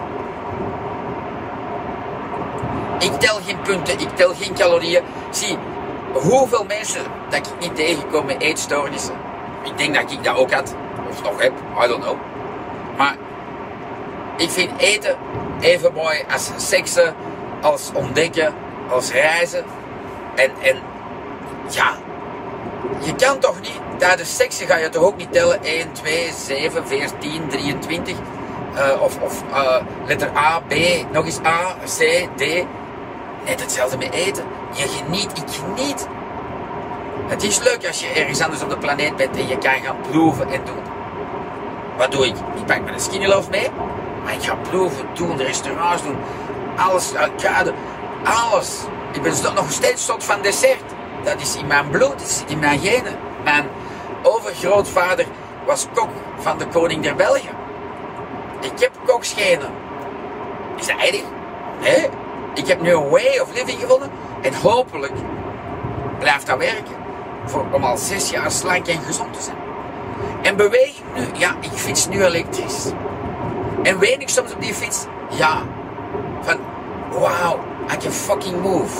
Ik tel geen punten, ik tel geen calorieën. Zie, hoeveel mensen dat ik niet tegenkom met eetstoornissen. Ik denk dat ik dat ook had. Of nog heb, I don't know. Maar ik vind eten even mooi als seksen, als ontdekken, als reizen. En, en ja, je kan toch niet, tijdens seksen ga je toch ook niet tellen één, twee, zeven, veertien, drieëntwintig. Uh, of of uh, letter A, B, nog eens A, C, D. Net hetzelfde met eten. Je geniet, ik geniet. Het is leuk als je ergens anders op de planeet bent en je kan gaan proeven en doen. Wat doe ik? Ik pak mijn Skinny Love mee, maar ik ga proeven, doen, restaurants doen. Alles, kruiden, alles. Ik ben nog steeds tot van dessert. Dat is in mijn bloed, dat zit in mijn genen. Mijn overgrootvader was kok van de koning der Belgen. Ik heb koksgenen. Is dat erg? Nee. Ik heb nu een way of living gevonden en hopelijk blijft dat werken voor, om al zes jaar slank en gezond te zijn. En beweeg nu, ja, ik fiets nu elektrisch. En ween ik soms op die fiets? Ja. Van, wow, I can fucking move.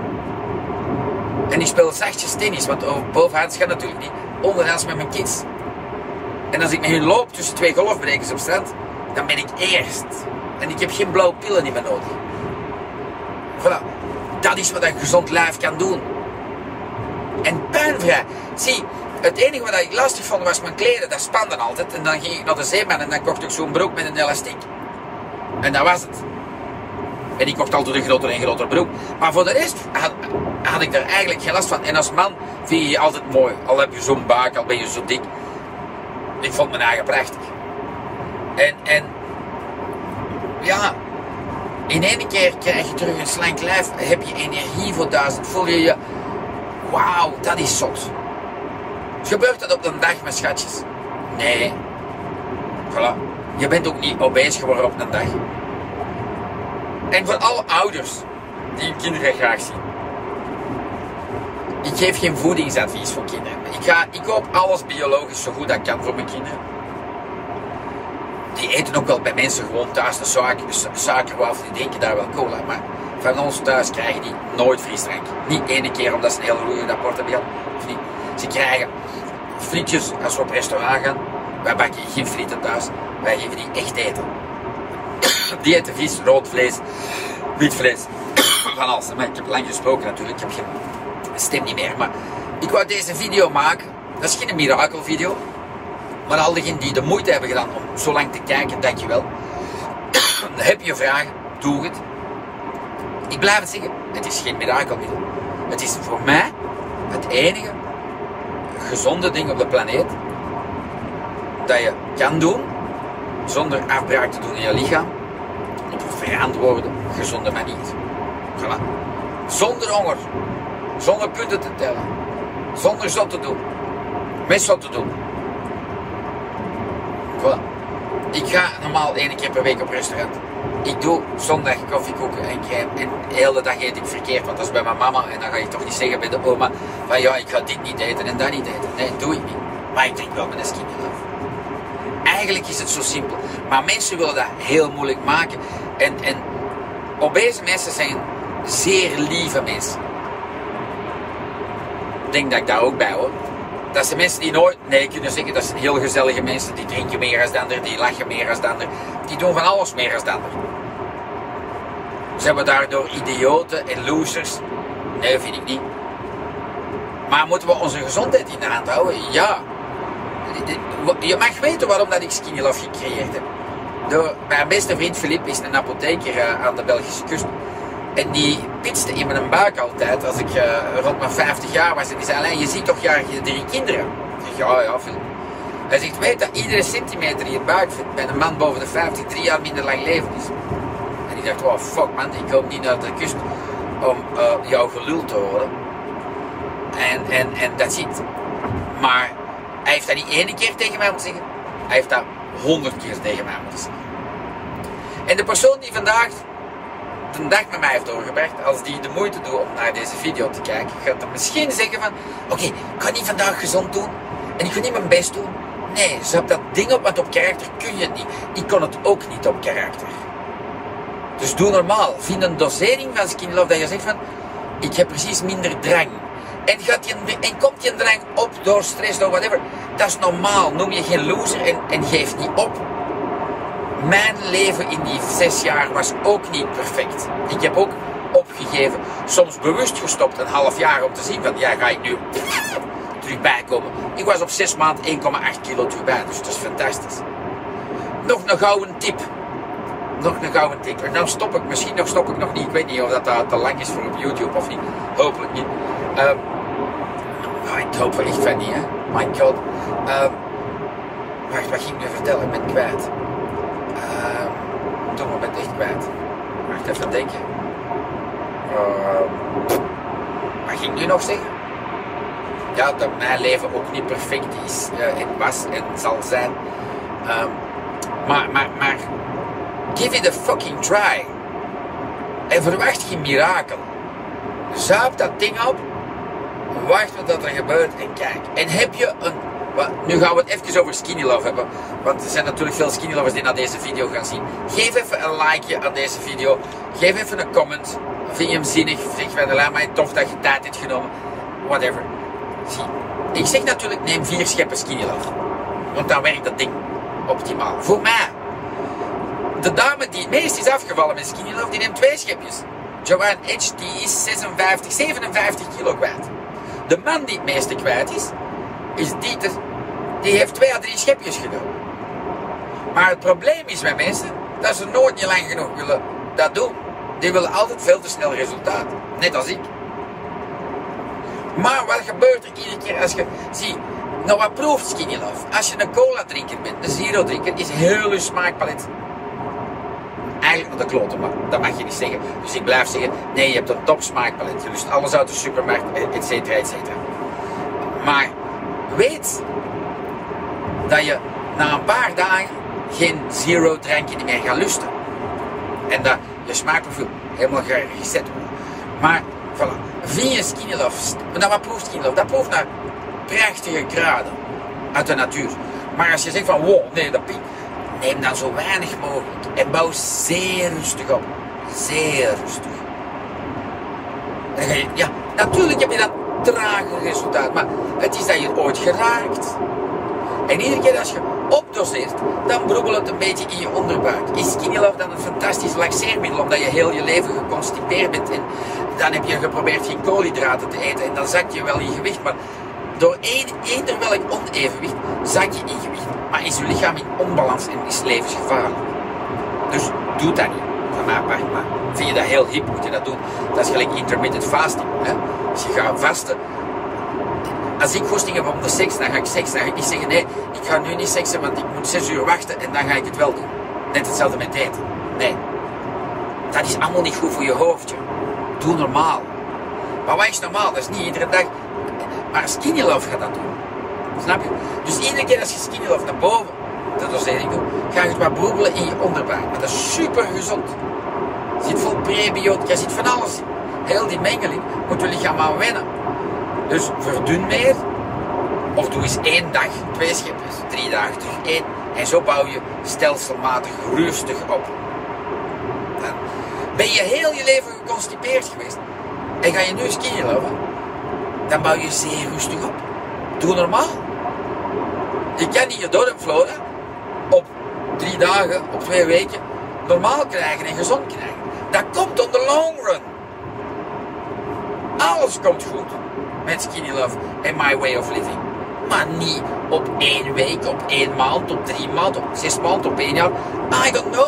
En ik speel zachtjes tennis, want bovenhands gaat natuurlijk niet. Onderhands met mijn kids. En als ik met hun loop tussen twee golfbrekers op strand, dan ben ik eerst. En ik heb geen blauwe pillen niet meer nodig. Voilà. Dat is wat een gezond lijf kan doen. En pijnvrij. Zie, het enige wat ik lastig vond was mijn kleren. Dat spande altijd. En dan ging ik naar de zeeman en dan kocht ik zo'n broek met een elastiek. En dat was het. En ik kocht altijd een grotere en grotere broek. Maar voor de rest had, had ik er eigenlijk geen last van. En als man vind je je altijd mooi. Al heb je zo'n buik, al ben je zo dik. Ik vond mijn eigen prachtig. En, en ja, in één keer krijg je terug een slank lijf. Heb je energie voor duizend. Voel je je, wauw, dat is zot. Gebeurt dat op een dag met schatjes? Nee. Voilà. Je bent ook niet obese geworden op een dag. En voor alle ouders die hun kinderen graag zien. Ik geef geen voedingsadvies voor kinderen. Ik, ga, ik koop alles biologisch zo goed dat kan voor mijn kinderen. Die eten ook wel bij mensen gewoon thuis de suiker, suikerwafel. Die denken daar wel cola. Maar van ons thuis krijgen die nooit frisdrank. Niet ene keer omdat ze een hele goede rapport hebben gehad. Of niet. Ze krijgen frietjes als we op restaurant gaan. Wij bakken geen frieten thuis. Wij geven die echt eten. Die eten vis, rood vlees, wit vlees. Van alles. Maar ik heb lang gesproken natuurlijk. Ik heb geen stem niet meer. Maar ik wou deze video maken. Dat is geen mirakelvideo. Maar al diegenen die de moeite hebben gedaan om zo lang te kijken, dankjewel. Heb je vragen, doe het. Ik blijf het zeggen, het is geen mirakelmiddel. Het is voor mij het enige gezonde ding op de planeet dat je kan doen, zonder afbraak te doen in je lichaam, op een verantwoorde, gezonde manier. Voilà. Zonder honger, zonder punten te tellen, zonder zot te doen, met zot te doen. Voilà. Ik ga normaal één keer per week op restaurant. Ik doe zondag koffiekoeken en crème en de hele dag eet ik verkeerd, want dat is bij mijn mama en dan ga ik toch niet zeggen bij de oma van ja, ik ga dit niet eten en dat niet eten. Nee, dat doe ik niet. Maar ik drink wel met een Skinny Love. Eigenlijk is het zo simpel. Maar mensen willen dat heel moeilijk maken. En, en obese mensen zijn zeer lieve mensen. Ik denk dat ik daar ook bij hoor. Dat zijn mensen die nooit nee kunnen zeggen. Dat zijn heel gezellige mensen. Die drinken meer als de ander. Die lachen meer als de ander. Die doen van alles meer als de ander. Zijn we daardoor idioten en losers? Nee, vind ik niet. Maar moeten we onze gezondheid in de hand houden? Ja. Je mag weten waarom dat ik Skinny Love gecreëerd heb. Door, mijn beste vriend Philippe is een apotheker uh, aan de Belgische kust. En die pitste in mijn buik altijd als ik uh, rond mijn vijftig jaar was. En die zei, Alain, je ziet toch jaar je drie kinderen? Ik zeg, ja, ja, Philippe. Hij zegt, weet dat iedere centimeter in je buik bij een man boven de vijftig drie jaar minder lang leven is. En ik dacht, wow, fuck man, ik kom niet naar de kust om uh, jouw gelul te horen. En, en, en dat zit. Maar hij heeft dat niet één keer tegen mij moeten zeggen. Hij heeft dat honderd keer tegen mij moeten zeggen. En de persoon die vandaag de dag met mij heeft doorgebracht, als die de moeite doet om naar deze video te kijken, gaat er misschien zeggen van, oké, okay, ik ga niet vandaag gezond doen en ik ga niet mijn best doen. Nee, ze hebt dat ding op, want op karakter kun je het niet. Ik kon het ook niet op karakter. Dus doe normaal. Vind een dosering van Skinny Love dat je zegt van, ik heb precies minder drang. En, gaat je, en komt je drang op door stress, door whatever. Dat is normaal. Noem je geen loser en, en geef niet op. Mijn leven in die zes jaar was ook niet perfect. Ik heb ook opgegeven. Soms bewust gestopt een half jaar om te zien van, ja, ga ik nu terug bijkomen. Ik was op zes maanden één komma acht kilo terug bij. Dus dat is fantastisch. Nog een gouden tip. Nog een gouden tip. En nou stop ik. Misschien nog stop ik nog niet. Ik weet niet of dat, dat te lang is voor op YouTube of niet. Hopelijk niet. Uh, oh, ik hoop echt van niet, hè. My god. Uh, wacht, wat ging ik nu vertellen? Ik ben kwijt. Uh, Doe maar, ik ben echt kwijt. Wacht even denken. Uh, wat ging ik nu nog zeggen? Ja, dat mijn leven ook niet perfect is. Uh, en was en zal zijn. Uh, maar, maar, maar... Give it a fucking try. En verwacht geen mirakel. Zuip dat ding op. Wacht wat er gebeurt en kijk. En heb je een... Nu gaan we het even over Skinny Love hebben. Want er zijn natuurlijk veel Skinny Lovers die naar deze video gaan zien. Geef even een likeje aan deze video. Geef even een comment. Vind je hem zinnig? Zeg van, laat mij tof dat je tijd hebt genomen. Whatever. Zie. Ik zeg natuurlijk, neem vier scheppen Skinny Love. Want dan werkt dat ding optimaal. Voor mij. De dame die het meest is afgevallen met Skinny Love, die neemt twee schepjes. Joanne Edge, die is zesenvijftig, zevenenvijftig kilo kwijt. De man die het meeste kwijt is, is Dieter. Die heeft twee à drie schepjes genomen. Maar het probleem is met mensen, dat ze nooit niet lang genoeg willen dat doen. Die willen altijd veel te snel resultaat. Net als ik. Maar wat gebeurt er iedere keer als je... Zie, nou wat proeft Skinny Love? Als je een cola drinker bent, een zero drinker, is heel je smaakpalet eigenlijk naar de kloten, maar dat mag je niet zeggen. Dus ik blijf zeggen, nee, je hebt een top smaakpalet. Je lust alles uit de supermarkt, et cetera, et cetera. Maar weet dat je na een paar dagen geen zero drankje meer gaat lusten. En dat je smaakprofiel helemaal gezet wordt. Maar, voilà. Vind je Skinny Love, nou wat proeft Skinny Love? Dat proeft naar prachtige kruiden uit de natuur. Maar als je zegt van, wow, nee, dat piekt. Neem dan zo weinig mogelijk en bouw zeer rustig op. Zeer rustig. Dan ga je, ja, natuurlijk heb je dat trage resultaat, maar het is dat je het ooit geraakt. En iedere keer als je opdoseert, dan brobbelt het een beetje in je onderbuik. Is Skinny Love dan een fantastisch laxeermiddel, omdat je heel je leven geconstipeerd bent en dan heb je geprobeerd geen koolhydraten te eten en dan zak je wel in gewicht, maar door eender welk onevenwicht zak je in gewicht, maar is je lichaam in onbalans en is levensgevaarlijk. Dus doe dat niet, van mijn part. Maar vind je dat heel hip, moet je dat doen. Dat is gelijk intermittent fasting. Hè? Als je gaat vasten, Als ik goesting heb om de seks, dan ga ik seks. Dan ga ik niet zeggen, nee, ik ga nu niet seksen, want ik moet zes uur wachten en dan ga ik het wel doen. Net hetzelfde met eten. Nee. Dat is allemaal niet goed voor je hoofdje. Doe normaal. Maar wat is normaal? Dat is niet iedere dag. Maar Skinny Love gaat dat doen. Snap je? Dus iedere keer als je Skinny Love naar boven, dat is één ding doen, ga je het wat broebelen in je onderbuik. Maar dat is super gezond. Er zit vol prebiotica, er zit van alles in. Heel die mengeling moet je lichaam aan wennen. Dus verdun meer. Of doe eens één dag, twee schepjes, drie dagen terug één. En zo bouw je stelselmatig rustig op. Dan ben je heel je leven geconstipeerd geweest. En ga je nu Skinny Love, dan bouw je zeer rustig op. Doe normaal. Je kan niet je darmflora op drie dagen, op twee weken, normaal krijgen en gezond krijgen. Dat komt on the long run. Alles komt goed met Skinny Love en My Way of Living. Maar niet op één week, op één maand, op drie maanden, op zes maanden, op één jaar. I don't know.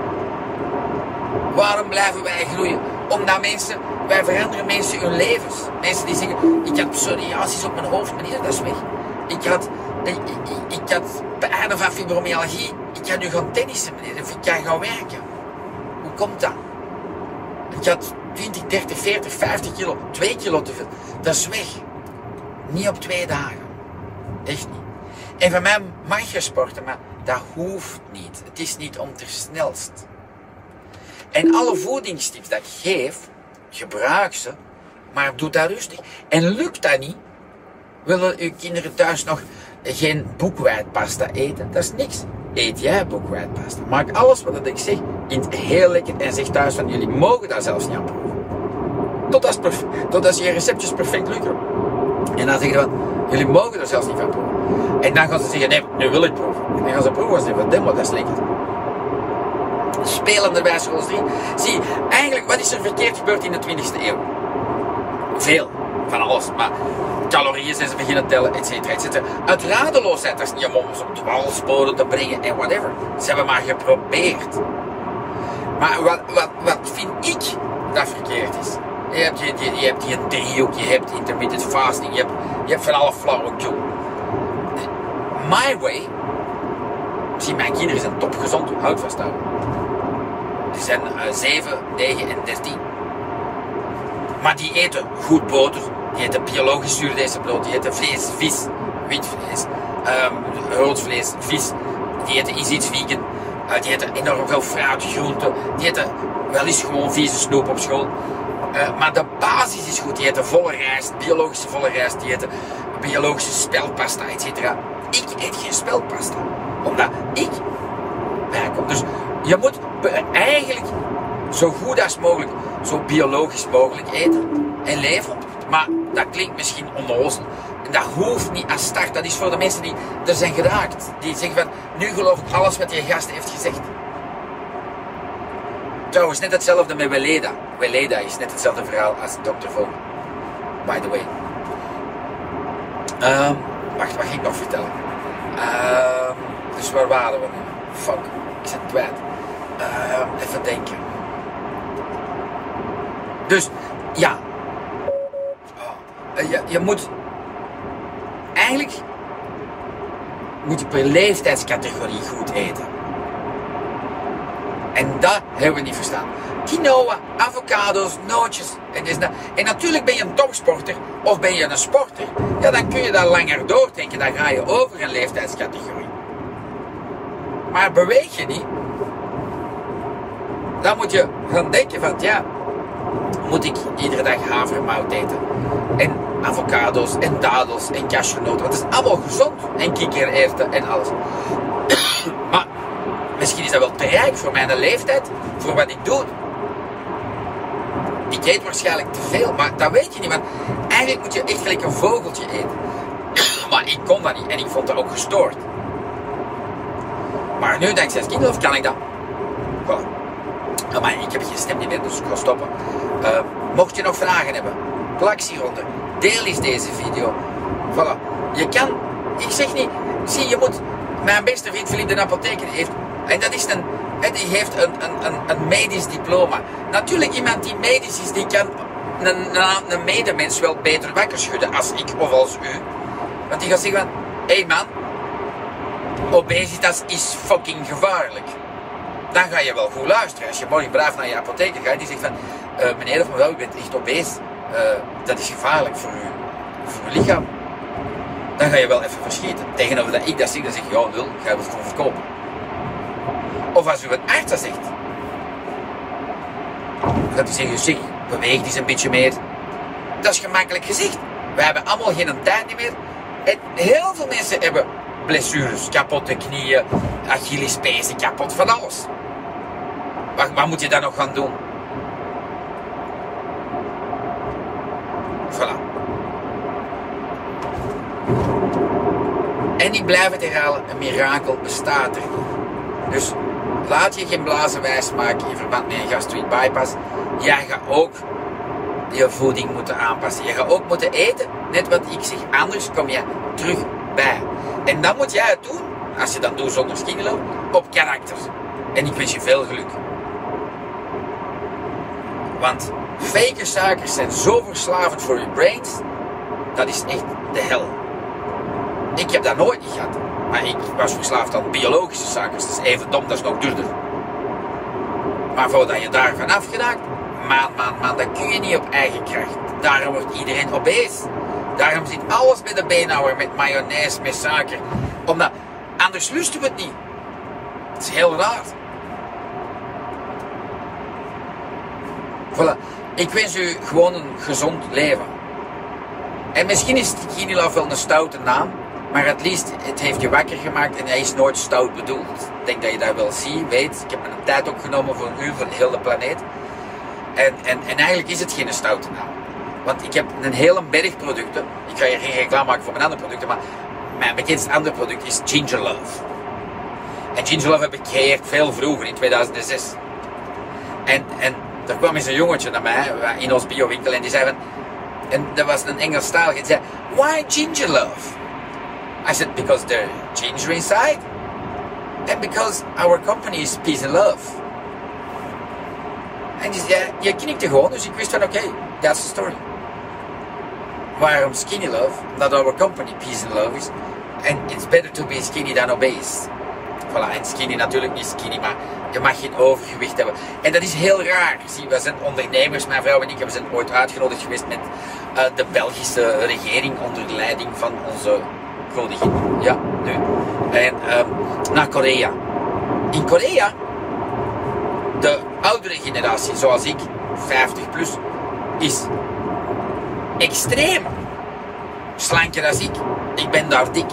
Waarom blijven wij groeien? Omdat mensen, wij veranderen mensen hun levens. Mensen die zeggen, ik had psoriasis op mijn hoofd, meneer, dat is weg. Ik had, ik, ik, ik had pijn van fibromyalgie. Ik ga nu gaan tennissen, meneer, of ik kan gaan werken. Hoe komt dat? Ik had twintig, dertig, veertig, vijftig kilo, twee kilo te veel. Dat is weg. Niet op twee dagen. Echt niet. En van mij mag je sporten, maar dat hoeft niet. Het is niet om te snelst. En alle voedingstips dat ik geef, gebruik ze, maar doe dat rustig. En lukt dat niet, willen uw kinderen thuis nog geen boekwijdpasta eten? Dat is niks. Eet jij boekwijdpasta? Maak alles wat ik zeg in het heel lekker en zeg thuis van jullie mogen daar zelfs niet aan proeven. Tot als, tot als je receptjes perfect lukken. En dan zeggen ze van, jullie mogen er zelfs niet van proeven. En dan gaan ze zeggen, nee, nu wil ik proeven. En dan gaan ze proeven en zeggen, van, dat is lekker. Spelen erbij zoals drie. Zie, eigenlijk, wat is er verkeerd gebeurd in de twintigste eeuw? Veel. Van alles. Maar calorieën zijn ze beginnen tellen, et cetera, et cetera. Uit radeloosheid, dat is niet om ons op dwaalsporen te brengen en whatever. Ze hebben maar geprobeerd. Maar wat, wat, wat vind ik dat verkeerd is? Je hebt, je, je, je hebt die driehoek, je hebt intermittent fasting, je hebt, je hebt van alle flauwekul. My way, zie, mijn kinderen zijn topgezond, houd vasthouden. Die zijn uh, zeven, negen en dertien. Maar die eten goed boter, die eten biologisch zuurdesembrood, die eten vlees, vis, wit vlees, um, rood vlees, vis. Die eten iets, iets vegan, uh, die eten enorm veel fruit, groenten, die eten wel eens gewoon vieze snoep op school. Uh, maar de basis is goed, die eten volle rijst, biologische volle rijst, die eten biologische speldpasta, et cetera. Ik eet geen speldpasta, omdat ik bijkom. Dus je moet eigenlijk zo goed als mogelijk, zo biologisch mogelijk eten en leven. Maar dat klinkt misschien onnozel. Dat hoeft niet als start. Dat is voor de mensen die er zijn geraakt. Die zeggen van, nu geloof ik alles wat die gast heeft gezegd. Trouwens, net hetzelfde met Weleda. Weleda is net hetzelfde verhaal als dokter Vogel. By the way. Um, wacht, wat ging ik nog vertellen? Um, dus waar waren we nu? Fuck, ik ben kwijt. Uh, even denken. Dus, ja. Oh, je, je moet... Eigenlijk moet je per leeftijdscategorie goed eten. En dat hebben we niet verstaan. Quinoa, avocado's, nootjes. En, dus dat. En natuurlijk ben je een topsporter of ben je een sporter. Ja, dan kun je dat langer doordenken. Dan ga je over een leeftijdscategorie. Maar beweeg je niet, dan moet je gaan denken van, ja, moet ik iedere dag havermout eten? En avocado's en dadels en cashewnoten. Want het is allemaal gezond. En kikkererwten en alles. Maar misschien is dat wel te rijk voor mijn leeftijd, voor wat ik doe. Ik eet waarschijnlijk te veel, maar dat weet je niet. Want eigenlijk moet je echt gelijk een vogeltje eten. Maar ik kon dat niet en ik vond dat ook gestoord. Maar nu dankzij Skinny Love kan ik dat. Voilà. Maar ik heb geen stem niet meer, dus ik ga stoppen. Uh, mocht je nog vragen hebben, plak ze hieronder. Deel eens deze video. Voilà. Je kan, ik zeg niet, zie je moet, mijn beste vriend Philippe de apotheker heeft, en dat is een, die heeft een, een, een, een medisch diploma. Natuurlijk iemand die medisch is, die kan een, een, een medemens wel beter wakker schudden als ik of als u. Want die gaat zeggen van, hé hey man, obesitas is fucking gevaarlijk. Dan ga je wel goed luisteren. Als je morgen braaf naar je apotheker gaat, die zegt van, uh, meneer of mevrouw, u bent echt obese. Uh, dat is gevaarlijk voor u, voor uw lichaam. Dan ga je wel even verschieten. Tegenover dat ik dat zeg, dan zeg je, ja nul, ga je het gewoon verkopen. Of als u een arts dat zegt, gaat hij zeggen, zeg, beweeg eens een beetje meer. Dat is gemakkelijk gezegd. We hebben allemaal geen tijd meer. En heel veel mensen hebben blessures, kapotte knieën, Achillespezen, kapot van alles. Wat, wat moet je dan nog gaan doen? Voilà. En ik blijf het herhalen, een mirakel bestaat er niet. Dus laat je geen blazen wijs maken in verband met een gastric bypass. Jij gaat ook je voeding moeten aanpassen. Je gaat ook moeten eten, net wat ik zeg, anders kom je terug bij. En dan moet jij het doen, als je dat doet zonder Skinny Love, op karakter. En ik wens je veel geluk. Want fake suikers zijn zo verslavend voor je brains, dat is echt de hel. Ik heb dat nooit niet gehad. Maar ik was verslaafd aan biologische suikers. Dat is even dom, dat is nog duurder. Maar voordat je daar vanaf geraakt, man, man, man, dat kun je niet op eigen kracht. Daarom wordt iedereen obese. Daarom zit alles bij de beenhouwer met mayonaise, met suiker. Omdat, anders lusten we het niet. Het is heel raar. Voilà. Ik wens u gewoon een gezond leven. En misschien is Skinny Love wel een stoute naam. Maar het liefst, het heeft je wakker gemaakt en hij is nooit stout bedoeld. Ik denk dat je dat wel ziet, weet. Ik heb een tijd opgenomen voor u, voor heel de planeet. En, en, en eigenlijk is het geen stoute naam. Want ik heb een hele berg producten. Ik ga hier geen reclame maken voor mijn andere producten, maar mijn bekendste andere product is Ginger Love. En Ginger Love heb ik gecreëerd veel vroeger, in tweeduizend zes. En, en er kwam eens een jongetje naar mij in ons biowinkel en die zei van... En dat was een Engelstalige, die zei, why Ginger Love? I said, because there's ginger inside. And because our company is peace and love. En die zei, je knikte gewoon, dus ik wist van, oké, okay, that's the story. Waarom Skinny Love? Omdat our company peace and love is. And it's better to be skinny than obese. Voilà, en skinny natuurlijk niet skinny, maar je mag geen overgewicht hebben. En dat is heel raar. Zie, we zijn ondernemers, mijn vrouw en ik, we zijn ooit uitgenodigd geweest met uh, de Belgische regering onder de leiding van onze koningin. Ja, nu. En um, naar Korea. In Korea, de oudere generatie, zoals ik, vijftig plus, is extreem slanker dan ik. Ik ben daar dik.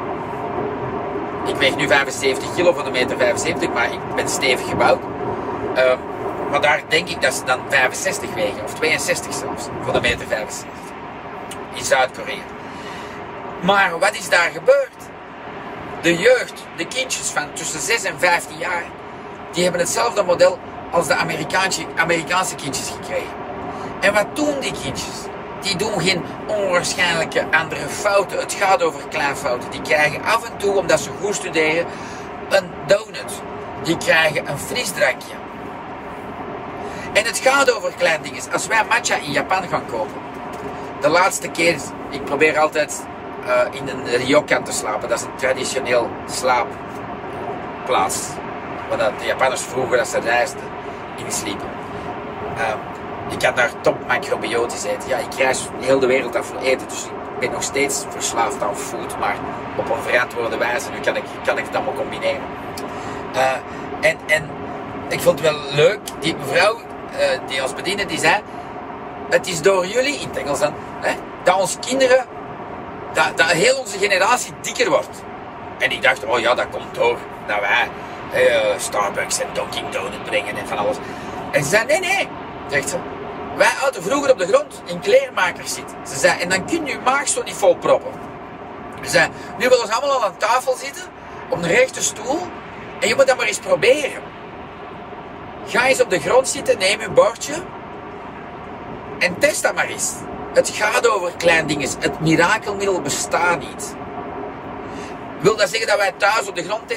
Ik weeg nu vijfenzeventig kilo voor de meter vijfenzeventig, maar ik ben stevig gebouwd. Uh, maar daar denk ik dat ze dan vijfenzestig wegen, of tweeënzestig zelfs, voor de meter vijfenzeventig. In Zuid-Korea. Maar wat is daar gebeurd? De jeugd, de kindjes van tussen zes en vijftien jaar, die hebben hetzelfde model als de Amerikaanse, Amerikaanse kindjes gekregen. En wat doen die kindjes? Die doen geen onwaarschijnlijke andere fouten. Het gaat over kleinfouten. Die krijgen af en toe, omdat ze goed studeren, een donut. Die krijgen een frisdrankje. En het gaat over kleine dingen. Als wij matcha in Japan gaan kopen. De laatste keer, ik probeer altijd uh, in een ryokan te slapen. Dat is een traditioneel slaapplaats. Waar de Japanners vroeger, als ze reisden, in sliepen. Uh, Ik kan daar top macrobiotisch eten. Ja, ik reis heel de wereld af voor eten, dus ik ben nog steeds verslaafd aan food, maar op een verantwoorde wijze. Nu kan ik, kan ik het allemaal combineren. Uh, en, en ik vond het wel leuk, die mevrouw uh, die ons bediende, die zei, het is door jullie, in het Engels dan, hè, dat onze kinderen, dat, dat heel onze generatie dikker wordt. En ik dacht, oh ja, dat komt door dat wij uh, Starbucks en Dunkin' Donut brengen en van alles. En ze zei, nee, nee, zegt ze. Wij hadden vroeger op de grond in kleermakers zitten. Ze zei, en dan kun je je maag zo niet vol proppen. Ze zei, nu willen ze allemaal aan tafel zitten, op een rechte stoel, en je moet dat maar eens proberen. Ga eens op de grond zitten, neem je bordje, en test dat maar eens. Het gaat over kleine dingen. Het mirakelmiddel bestaat niet. Wil dat zeggen dat wij thuis op de grond eten?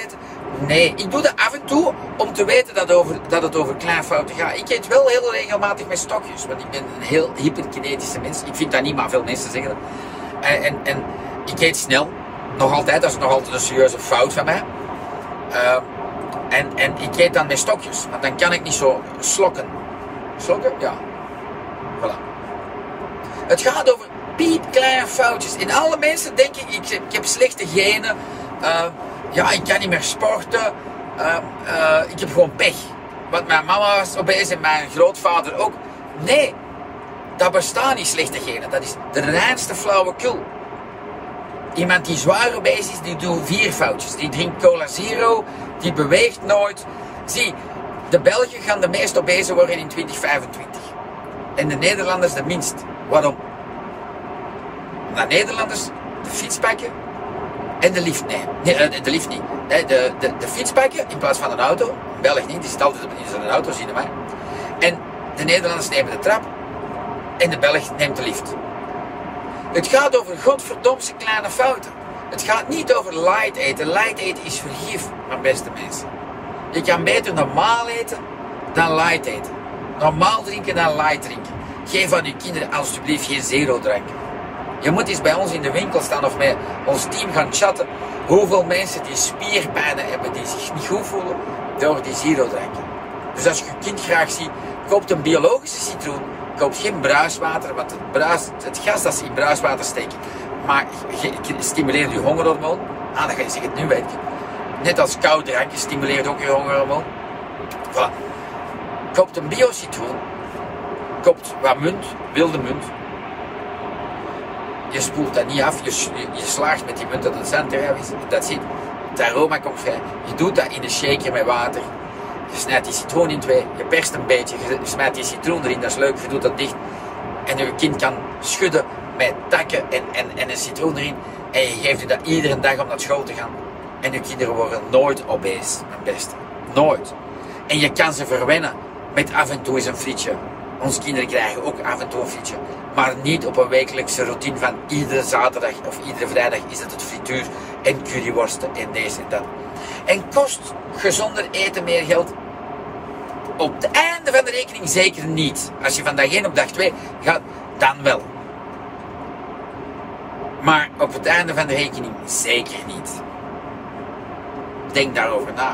Nee, ik doe dat af en toe om te weten dat, over, dat het over kleinfouten gaat. Ik eet wel heel regelmatig met stokjes, want ik ben een heel hyperkinetische mens. Ik vind dat niet, maar veel mensen zeggen dat. En, en, en ik eet snel, nog altijd, dat is nog altijd een serieuze fout van mij. Uh, en, en ik eet dan met stokjes, want dan kan ik niet zo slokken. Slokken? Ja. Voilà. Het gaat over piepkleine foutjes. In alle mensen denken, ik, ik heb slechte genen. Uh, ja, ik kan niet meer sporten. Uh, uh, ik heb gewoon pech. Want mijn mama was obese en mijn grootvader ook. Nee, dat bestaat niet, slechte genen. Dat is de reinste flauwekul. Iemand die zwaar obese is, die doet vier foutjes. Die drinkt cola zero, die beweegt nooit. Zie, de Belgen gaan de meest obese worden in twintig vijfentwintig. En de Nederlanders de minst. Waarom? Omdat Nederlanders de fiets pakken en de lift nemen. Nee, de lift niet. Nee, de, de, de fiets pakken in plaats van een auto. Een Belg niet, die zit altijd in zijn auto, zie je maar. En de Nederlanders nemen de trap en de Belg neemt de lift. Het gaat over godverdomse kleine fouten. Het gaat niet over light eten. Light eten is vergif, mijn beste mensen. Je kan beter normaal eten dan light eten. Normaal drinken dan light drinken. Geef aan uw kinderen alsjeblieft geen zero drank. Je moet eens bij ons in de winkel staan of met ons team gaan chatten. Hoeveel mensen die spierpijnen hebben, die zich niet goed voelen door die zero dranken. Dus als je je kind graag ziet, koopt een biologische citroen. Koopt geen bruiswater, want het, bruis, het gas dat ze in bruiswater steken, maar je, je stimuleert je hongerhormoon. Ah, dan ga je zeggen, nu weet ik. Net als koud dranken stimuleert ook je hongerhormoon. Voilà. Koopt een bio-citroen. Koopt wat munt, wilde munt. Je spoelt dat niet af, je, je, je slaagt met die munt dat het zandterrein is. Dat zit. Het aroma komt vrij. Je doet dat in een shaker met water. Je snijdt die citroen in twee, je perst een beetje, je smijt die citroen erin, dat is leuk, je doet dat dicht. En je kind kan schudden met takken en, en, en een citroen erin. En je geeft je dat iedere dag om naar school te gaan. En je kinderen worden nooit obese, mijn beste. Nooit. En je kan ze verwennen met af en toe eens een frietje. Onze kinderen krijgen ook af en toe een frietje. Maar niet op een wekelijkse routine van iedere zaterdag of iedere vrijdag is het het frituur en curryworsten en deze en dat. En kost gezonder eten meer geld? Op het einde van de rekening zeker niet. Als je van dag één op dag twee gaat, dan wel. Maar op het einde van de rekening zeker niet. Denk daarover na.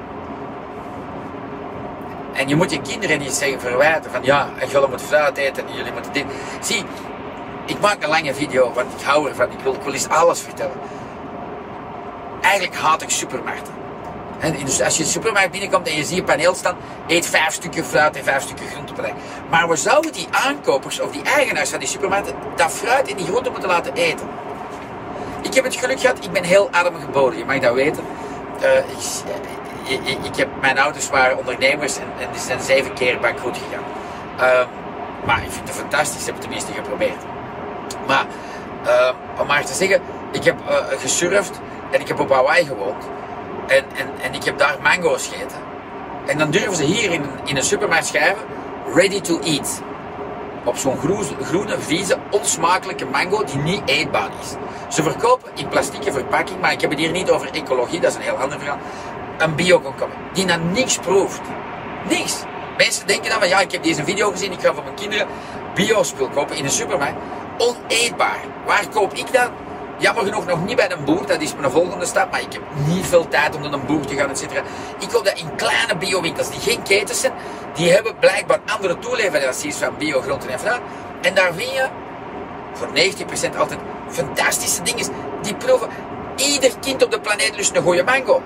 En je moet je kinderen niet zeggen verwijten van ja, en jullie moeten fruit eten en jullie moeten dit. Zie, ik maak een lange video, want ik hou ervan, ik wil, ik wil eens alles vertellen. Eigenlijk haat ik supermarkten. En dus als je in de supermarkt binnenkomt en je ziet een paneel staan, eet vijf stukken fruit en vijf stukken groente per dag. Maar we zouden die aankopers of die eigenaars van die supermarkten dat fruit en die groente moeten laten eten. Ik heb het geluk gehad, ik ben heel arm geboren, je mag dat weten. Uh, ik, ik, ik heb, mijn ouders waren ondernemers en, en die zijn zeven keer bankroet gegaan. Uh, maar ik vind het fantastisch, ze hebben het tenminste geprobeerd. Maar, uh, om maar te zeggen, ik heb uh, gesurfd en ik heb op Hawaii gewoond. En, en, en ik heb daar mango's gegeten. En dan durven ze hier in, in een supermarkt schrijven, ready to eat. Op zo'n groene, groene, vieze, onsmakelijke mango die niet eetbaar is. Ze verkopen in plastieke verpakking, maar ik heb het hier niet over ecologie, dat is een heel ander verhaal. Een bio-komkommer, die dan niks proeft. Niks. Mensen denken dan van, ja, ik heb deze video gezien, ik ga voor mijn kinderen bio-spul kopen in een supermarkt. Oneetbaar. Waar koop ik dat? Jammer genoeg nog niet bij een boer, dat is mijn volgende stap, maar ik heb niet veel tijd om naar een boer te gaan, et cetera. Ik koop dat in kleine biowinkels die geen ketens zijn, die hebben blijkbaar andere toeleveranciers van bio-groenten en fruit. En daar vind je voor negentig procent altijd fantastische dingen die proeven. Ieder kind op de planeet lust een goede mango.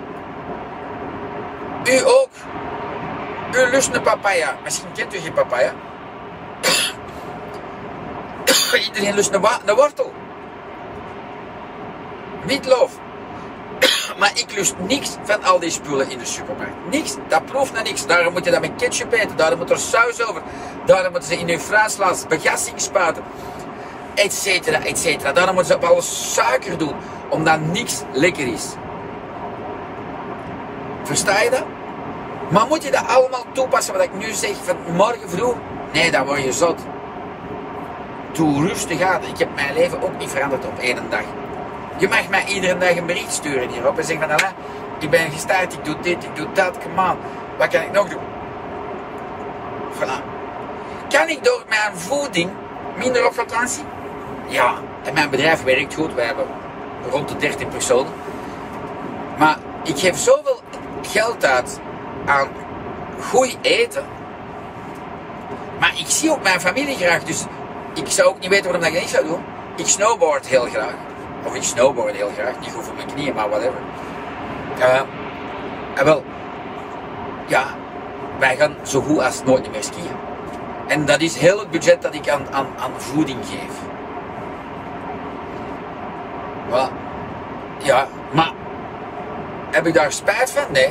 U ook. U lust een papaya. Misschien kent u geen papaya. Iedereen lust een, een wortel. Witloof. Maar ik lust niks van al die spullen in de supermarkt. Niks. Dat proeft naar niks. Daarom moet je dat met ketchup eten. Daarom moet er saus over. Daarom moeten ze in uw fruitslaas begassing spuiten. Etcetera, etcetera. Daarom moeten ze op alles suiker doen. Omdat niks lekker is. Versta je dat? Maar moet je dat allemaal toepassen wat ik nu zeg van morgen vroeg? Nee, dan word je zot. Doe rustig aan. Ik heb mijn leven ook niet veranderd op één dag. Je mag mij iedere dag een bericht sturen hierop en zeggen van, Alain, ik ben gestart, ik doe dit, ik doe dat, come on. Wat kan ik nog doen? Voilà. Kan ik door mijn voeding minder op vakantie? Ja, en mijn bedrijf werkt goed, we hebben rond de dertien personen. Maar ik geef zoveel geld uit aan goed eten. Maar ik zie ook mijn familie graag, dus ik zou ook niet weten waarom ik dat niet zou doen. Ik snowboard heel graag. Of ik snowboard heel graag, niet goed voor mijn knieën, maar whatever. Uh, en wel, ja, wij gaan zo goed als nooit meer skiën. En dat is heel het budget dat ik aan, aan, aan voeding geef. Voilà. Ja, maar heb ik daar spijt van? Nee.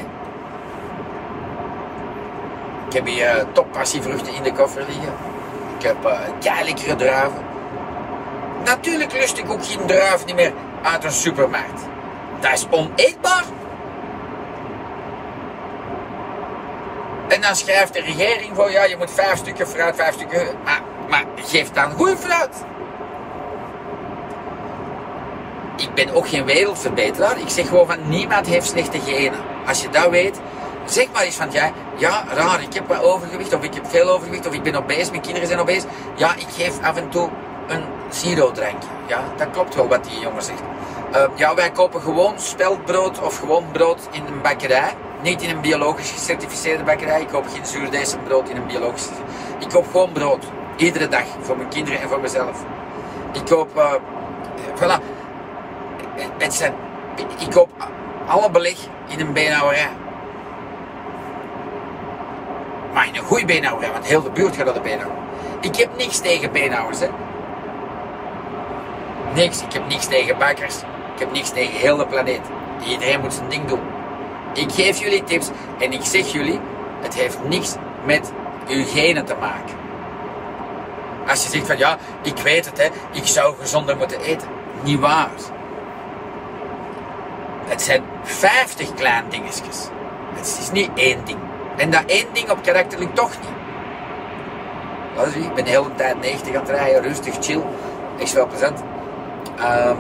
Ik heb hier uh, top passievruchten in de koffer liggen. Ik heb uh, keilekkere druiven. Natuurlijk lust ik ook geen druif niet meer uit een supermarkt. Dat is oneetbaar. En dan schrijft de regering voor, ja, je moet vijf stukken fruit, vijf stukken... Maar, maar geef dan goede fruit. Ik ben ook geen wereldverbeteraar. Ik zeg gewoon van, niemand heeft slechte genen. Als je dat weet, zeg maar eens van, ja, ja, raar, ik heb wat overgewicht, of ik heb veel overgewicht, of ik ben obese, mijn kinderen zijn obese. Ja, ik geef af en toe een zero drankje. Ja, dat klopt wel wat die jongen zegt. Uh, ja, wij kopen gewoon speldbrood of gewoon brood in een bakkerij. Niet in een biologisch gecertificeerde bakkerij. Ik koop geen zuurdesembrood in een biologisch. Ik koop gewoon brood. Iedere dag. Voor mijn kinderen en voor mezelf. Ik koop... Uh, voilà. Het zijn, ik koop alle beleg in een beenhouwerij. Maar in een goede beenhouwerij. Want heel de buurt gaat naar de beenhouwer. Ik heb niks tegen beenhouwers, hè. Niks. Ik heb niks tegen bakkers. Ik heb niks tegen heel de planeet. Iedereen moet zijn ding doen. Ik geef jullie tips en ik zeg jullie, het heeft niks met uw genen te maken. Als je zegt van ja, ik weet het, hè, ik zou gezonder moeten eten. Niet waar. Het zijn vijftig kleine dingetjes. Het is niet één ding. En dat één ding op karakter ligt toch niet. Dat is, ik ben de hele tijd negentig aan het rijden, rustig, chill. Is wel plezant. Um,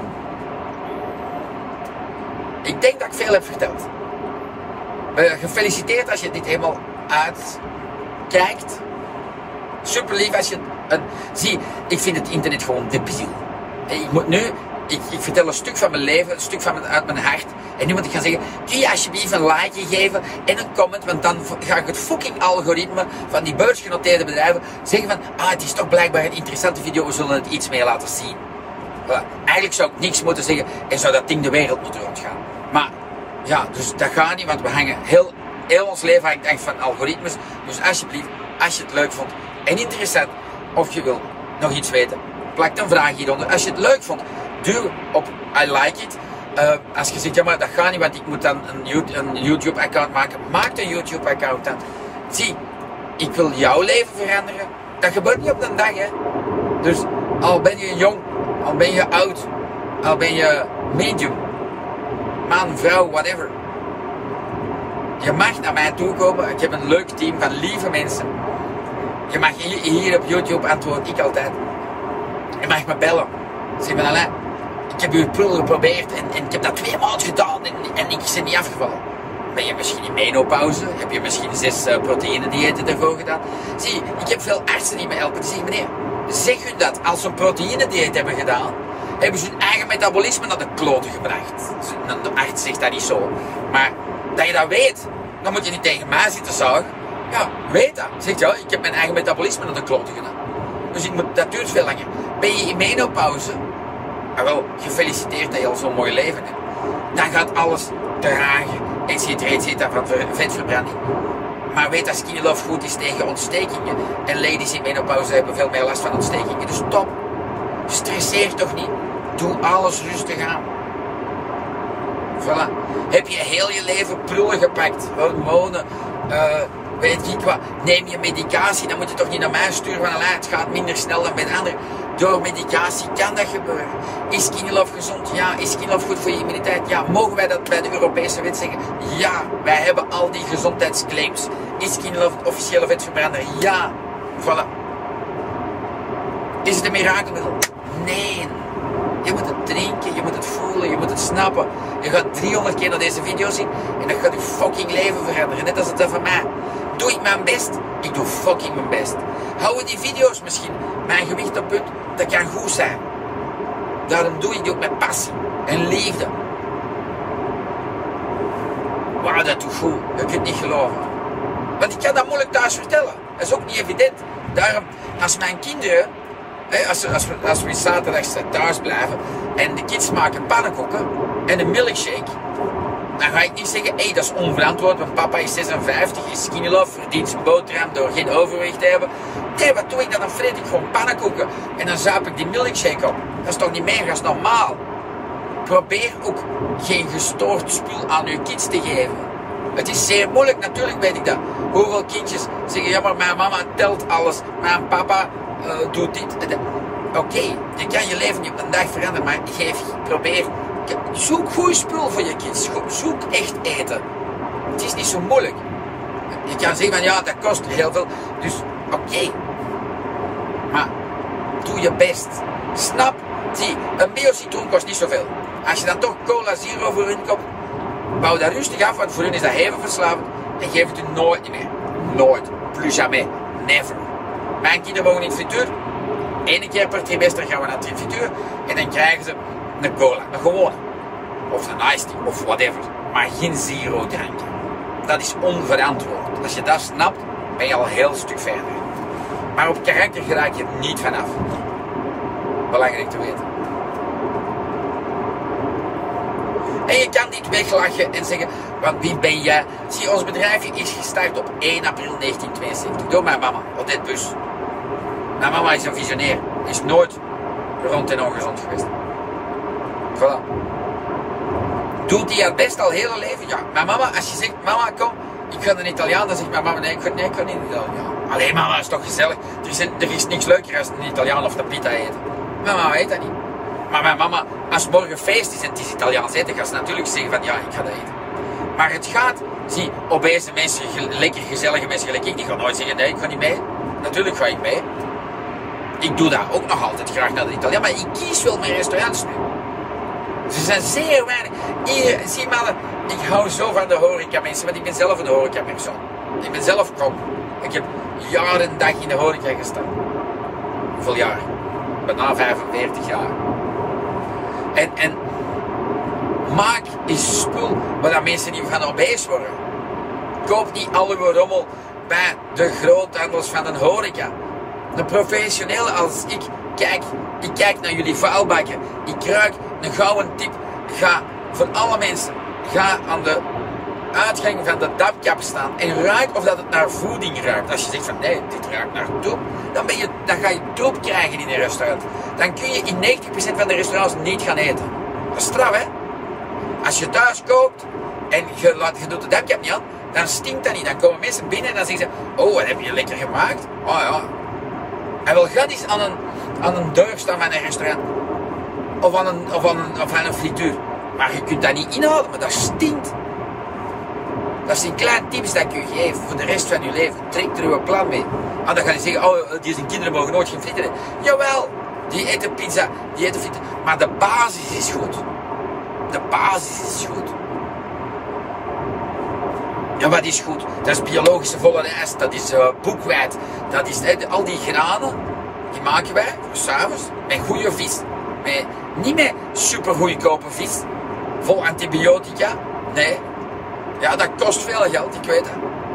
ik denk dat ik veel heb verteld. Uh, gefeliciteerd als je dit helemaal uitkijkt. Super lief als je het... Zie, ik vind het internet gewoon debiel. Ik moet nu... Ik, ik vertel een stuk van mijn leven, een stuk van mijn, uit mijn hart. En nu moet ik gaan zeggen, kun je alsjeblieft een like geven en een comment, want dan ga ik het fucking algoritme van die beursgenoteerde bedrijven zeggen van, ah, het is toch blijkbaar een interessante video, we zullen het iets meer laten zien. Voilà. Eigenlijk zou ik niks moeten zeggen en zou dat ding de wereld moeten rondgaan. Maar, ja, dus dat gaat niet, want we hangen heel, heel ons leven hangt echt van algoritmes. Dus alsjeblieft, als je het leuk vond en interessant, of je wil nog iets weten, plak een vraag hieronder. Als je het leuk vond, duw op I like it. Uh, als je zegt, ja maar dat gaat niet, want ik moet dan een YouTube-account maken. Maak een YouTube-account dan. Zie, ik wil jouw leven veranderen. Dat gebeurt niet op een dag, hè. Dus al ben je jong, al ben je oud, al ben je medium, man, vrouw, whatever. Je mag naar mij toe komen. Ik heb een leuk team van lieve mensen. Je mag hier op YouTube antwoord ik altijd. Je mag me bellen. Zeg maar, Alain, ik heb uw prul geprobeerd en, en ik heb dat twee maanden gedaan en, en ik ben niet afgevallen. Ben je misschien in menopauze? Heb je misschien zes uh, proteïnediëten ervoor gedaan? Zie, ik heb veel artsen die me helpen. Die zeggen, meneer, zeg u dat als ze een proteïnedieet hebben gedaan, hebben ze hun eigen metabolisme naar de kloten gebracht. De arts zegt dat niet zo. Maar dat je dat weet, dan moet je niet tegen mij zitten zagen. Ja, weet dat. Zegt ja, ik heb mijn eigen metabolisme naar de kloten gedaan. Dus ik moet, dat duurt veel langer. Ben je in menopauze? Ah wel, gefeliciteerd dat je al zo'n mooi leven hebt. Dan gaat alles trager, et cetera, et cetera, van vetverbranding. Maar weet dat Skinny Love goed is tegen ontstekingen. En ladies in menopauze hebben veel meer last van ontstekingen. Dus top. Stresseer toch niet. Doe alles rustig aan. Voilà. Heb je heel je leven prullen gepakt, hormonen, uh, weet ik wat. Neem je medicatie, dan moet je toch niet naar mij sturen van Alain, het gaat minder snel dan bij de anderen. Door medicatie kan dat gebeuren. Is Skinny Love gezond? Ja. Is Skinny Love goed voor je immuniteit? Ja. Mogen wij dat bij de Europese wet zeggen? Ja. Wij hebben al die gezondheidsclaims. Is Skinny Love het officiële vetverbrander? Ja. Voilà. Is het een mirakelmiddel? Nee. Je moet het drinken, je moet het voelen, je moet het snappen. Je gaat driehonderd keer naar deze video zien en dat gaat je fucking leven veranderen. Net als het dat van mij. Doe ik mijn best? Ik doe fucking mijn best. Houden die video's misschien mijn gewicht op punt? Dat kan goed zijn. Daarom doe ik die ook met passie en liefde. Wauw, dat doet goed. Je kunt het niet geloven. Want ik kan dat moeilijk thuis vertellen. Dat is ook niet evident. Daarom, als mijn kinderen, als, als, we, als we zaterdags thuis blijven en de kids maken pannenkoeken en een milkshake, dan ga ik niet zeggen, hé, hey, dat is onverantwoord, want papa is zesenvijftig, is skinny love, verdient zijn boterham door geen overgewicht te hebben. Nee, wat doe ik dan? Dan vreet ik gewoon pannenkoeken en dan zuip ik die milkshake op. Dat is toch niet meer, dat is normaal. Probeer ook geen gestoord spul aan uw kids te geven. Het is zeer moeilijk, natuurlijk weet ik dat. Hoeveel kindjes zeggen, ja maar mijn mama telt alles, mijn papa uh, doet dit. Oké, okay, je kan je leven niet op een dag veranderen, maar geef, probeer, zoek goed spul voor je kids. Zoek echt eten. Het is niet zo moeilijk. Je kan zeggen van ja, dat kost heel veel. Dus oké. Okay. Maar doe je best. Snap? Zie, een bio-citroen kost niet zoveel. Als je dan toch cola zero voor hun koopt, bouw dat rustig af, want voor hun is dat even verslavend. En geef het hun nooit meer. Nooit. Plus jamais. Never. Mijn kinderen mogen in het frituur. Eén keer per trimester gaan we naar het frituur. En dan krijgen ze een cola. Een gewone. Of een iced tea. Of whatever. Maar geen zero dranken. Dat is onverantwoord. Als je dat snapt, ben je al een heel stuk verder. Maar op karakter raak je er niet vanaf. Belangrijk te weten. En je kan niet weglachen en zeggen, want wie ben jij? Zie, ons bedrijfje is gestart op één april negentien tweeënzeventig door mijn mama, Odette Bus. Mijn mama is een visionair, is nooit rond en ongezond geweest. Voilà. Doet hij het best al heel leven? Ja. Mijn mama, als je zegt, mama kom, ik ga naar Italiaan, dan zegt mijn mama, nee, ik ga, nee, ik ga niet in Italiaan. Ja. Allee mama, is toch gezellig. Er is, er is niks leuker als een Italiaan of een pita eten. Mijn mama weet dat niet. Maar mijn mama, als morgen feest is en het is Italiaans eten, gaat ze natuurlijk zeggen van ja, ik ga dat eten. Maar het gaat, zie, obese mensen, lekker gezellige mensen gelijk ik, die gaan nooit zeggen nee, ik ga niet mee. Natuurlijk ga ik mee. Ik doe dat ook nog altijd graag naar de Italiaan, maar ik kies wel mijn restaurants nu. Ze zijn zeer weinig. Hier, zie mannen, ik hou zo van de horeca mensen, want ik ben zelf een horeca persoon. Ik ben zelf kok. Ik heb jaren en dag in de horeca gestaan. Hoeveel jaar? Bijna vijfenveertig jaar. En, en maak eens spul waar dat mensen niet gaan obese worden. Koop niet alle rommel bij de groothandels van de horeca. De professionele als ik, kijk, ik kijk naar jullie vuilbakken. Ik ruik een gouden tip. Ga van alle mensen, ga aan de uitgang van de dabkap staan en ruik of dat het naar voeding ruikt. Als je zegt van nee, dit ruikt naar troep, dan, ben je, dan ga je troep krijgen in een restaurant. Dan kun je in negentig procent van de restaurants niet gaan eten. Dat is straf, hè? Als je thuis kookt en je, laat, je doet de dabkap niet aan, dan stinkt dat niet. Dan komen mensen binnen en dan zeggen ze, oh, wat heb je lekker gemaakt? Oh ja. En wel gaat eens aan een, aan een deur staan van een restaurant. Of aan een, of aan een, of aan een frituur. Maar je kunt dat niet inhouden, maar dat stinkt. Dat zijn kleine tips dat ik u geef voor de rest van uw leven. Trek er uw plan mee. En dan ga je zeggen, oh, die zijn kinderen mogen nooit geen frieten eten. Jawel, die eten pizza, die eten frieten. Maar de basis is goed. De basis is goed. En wat is goed? Dat is biologische volle rijst, dat is uh, boekweit, dat is uh, al die granen, die maken wij voor 's avonds met goede vis. Met, niet met super goedkope vis, vol antibiotica, nee. Ja, dat kost veel geld, ik weet het.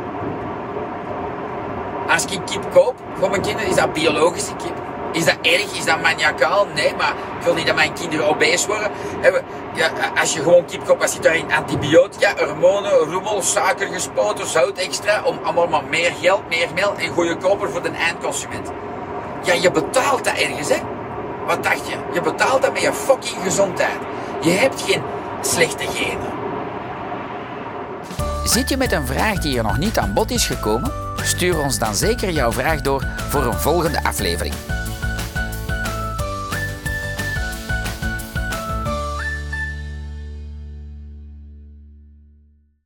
Als ik kip koop voor mijn kinderen, is dat biologische kip. Is dat erg? Is dat maniacaal? Nee, maar ik wil niet dat mijn kinderen obese worden. Ja, als je gewoon kip koopt, dan zit daarin antibiotica, hormonen, rommel, suiker gespoten, zout extra, om allemaal maar meer geld, meer meel en goedkoper voor de eindconsument. Ja, je betaalt dat ergens, hè? Wat dacht je? Je betaalt dat met je fucking gezondheid. Je hebt geen slechte genen. Zit je met een vraag die er nog niet aan bod is gekomen? Stuur ons dan zeker jouw vraag door voor een volgende aflevering.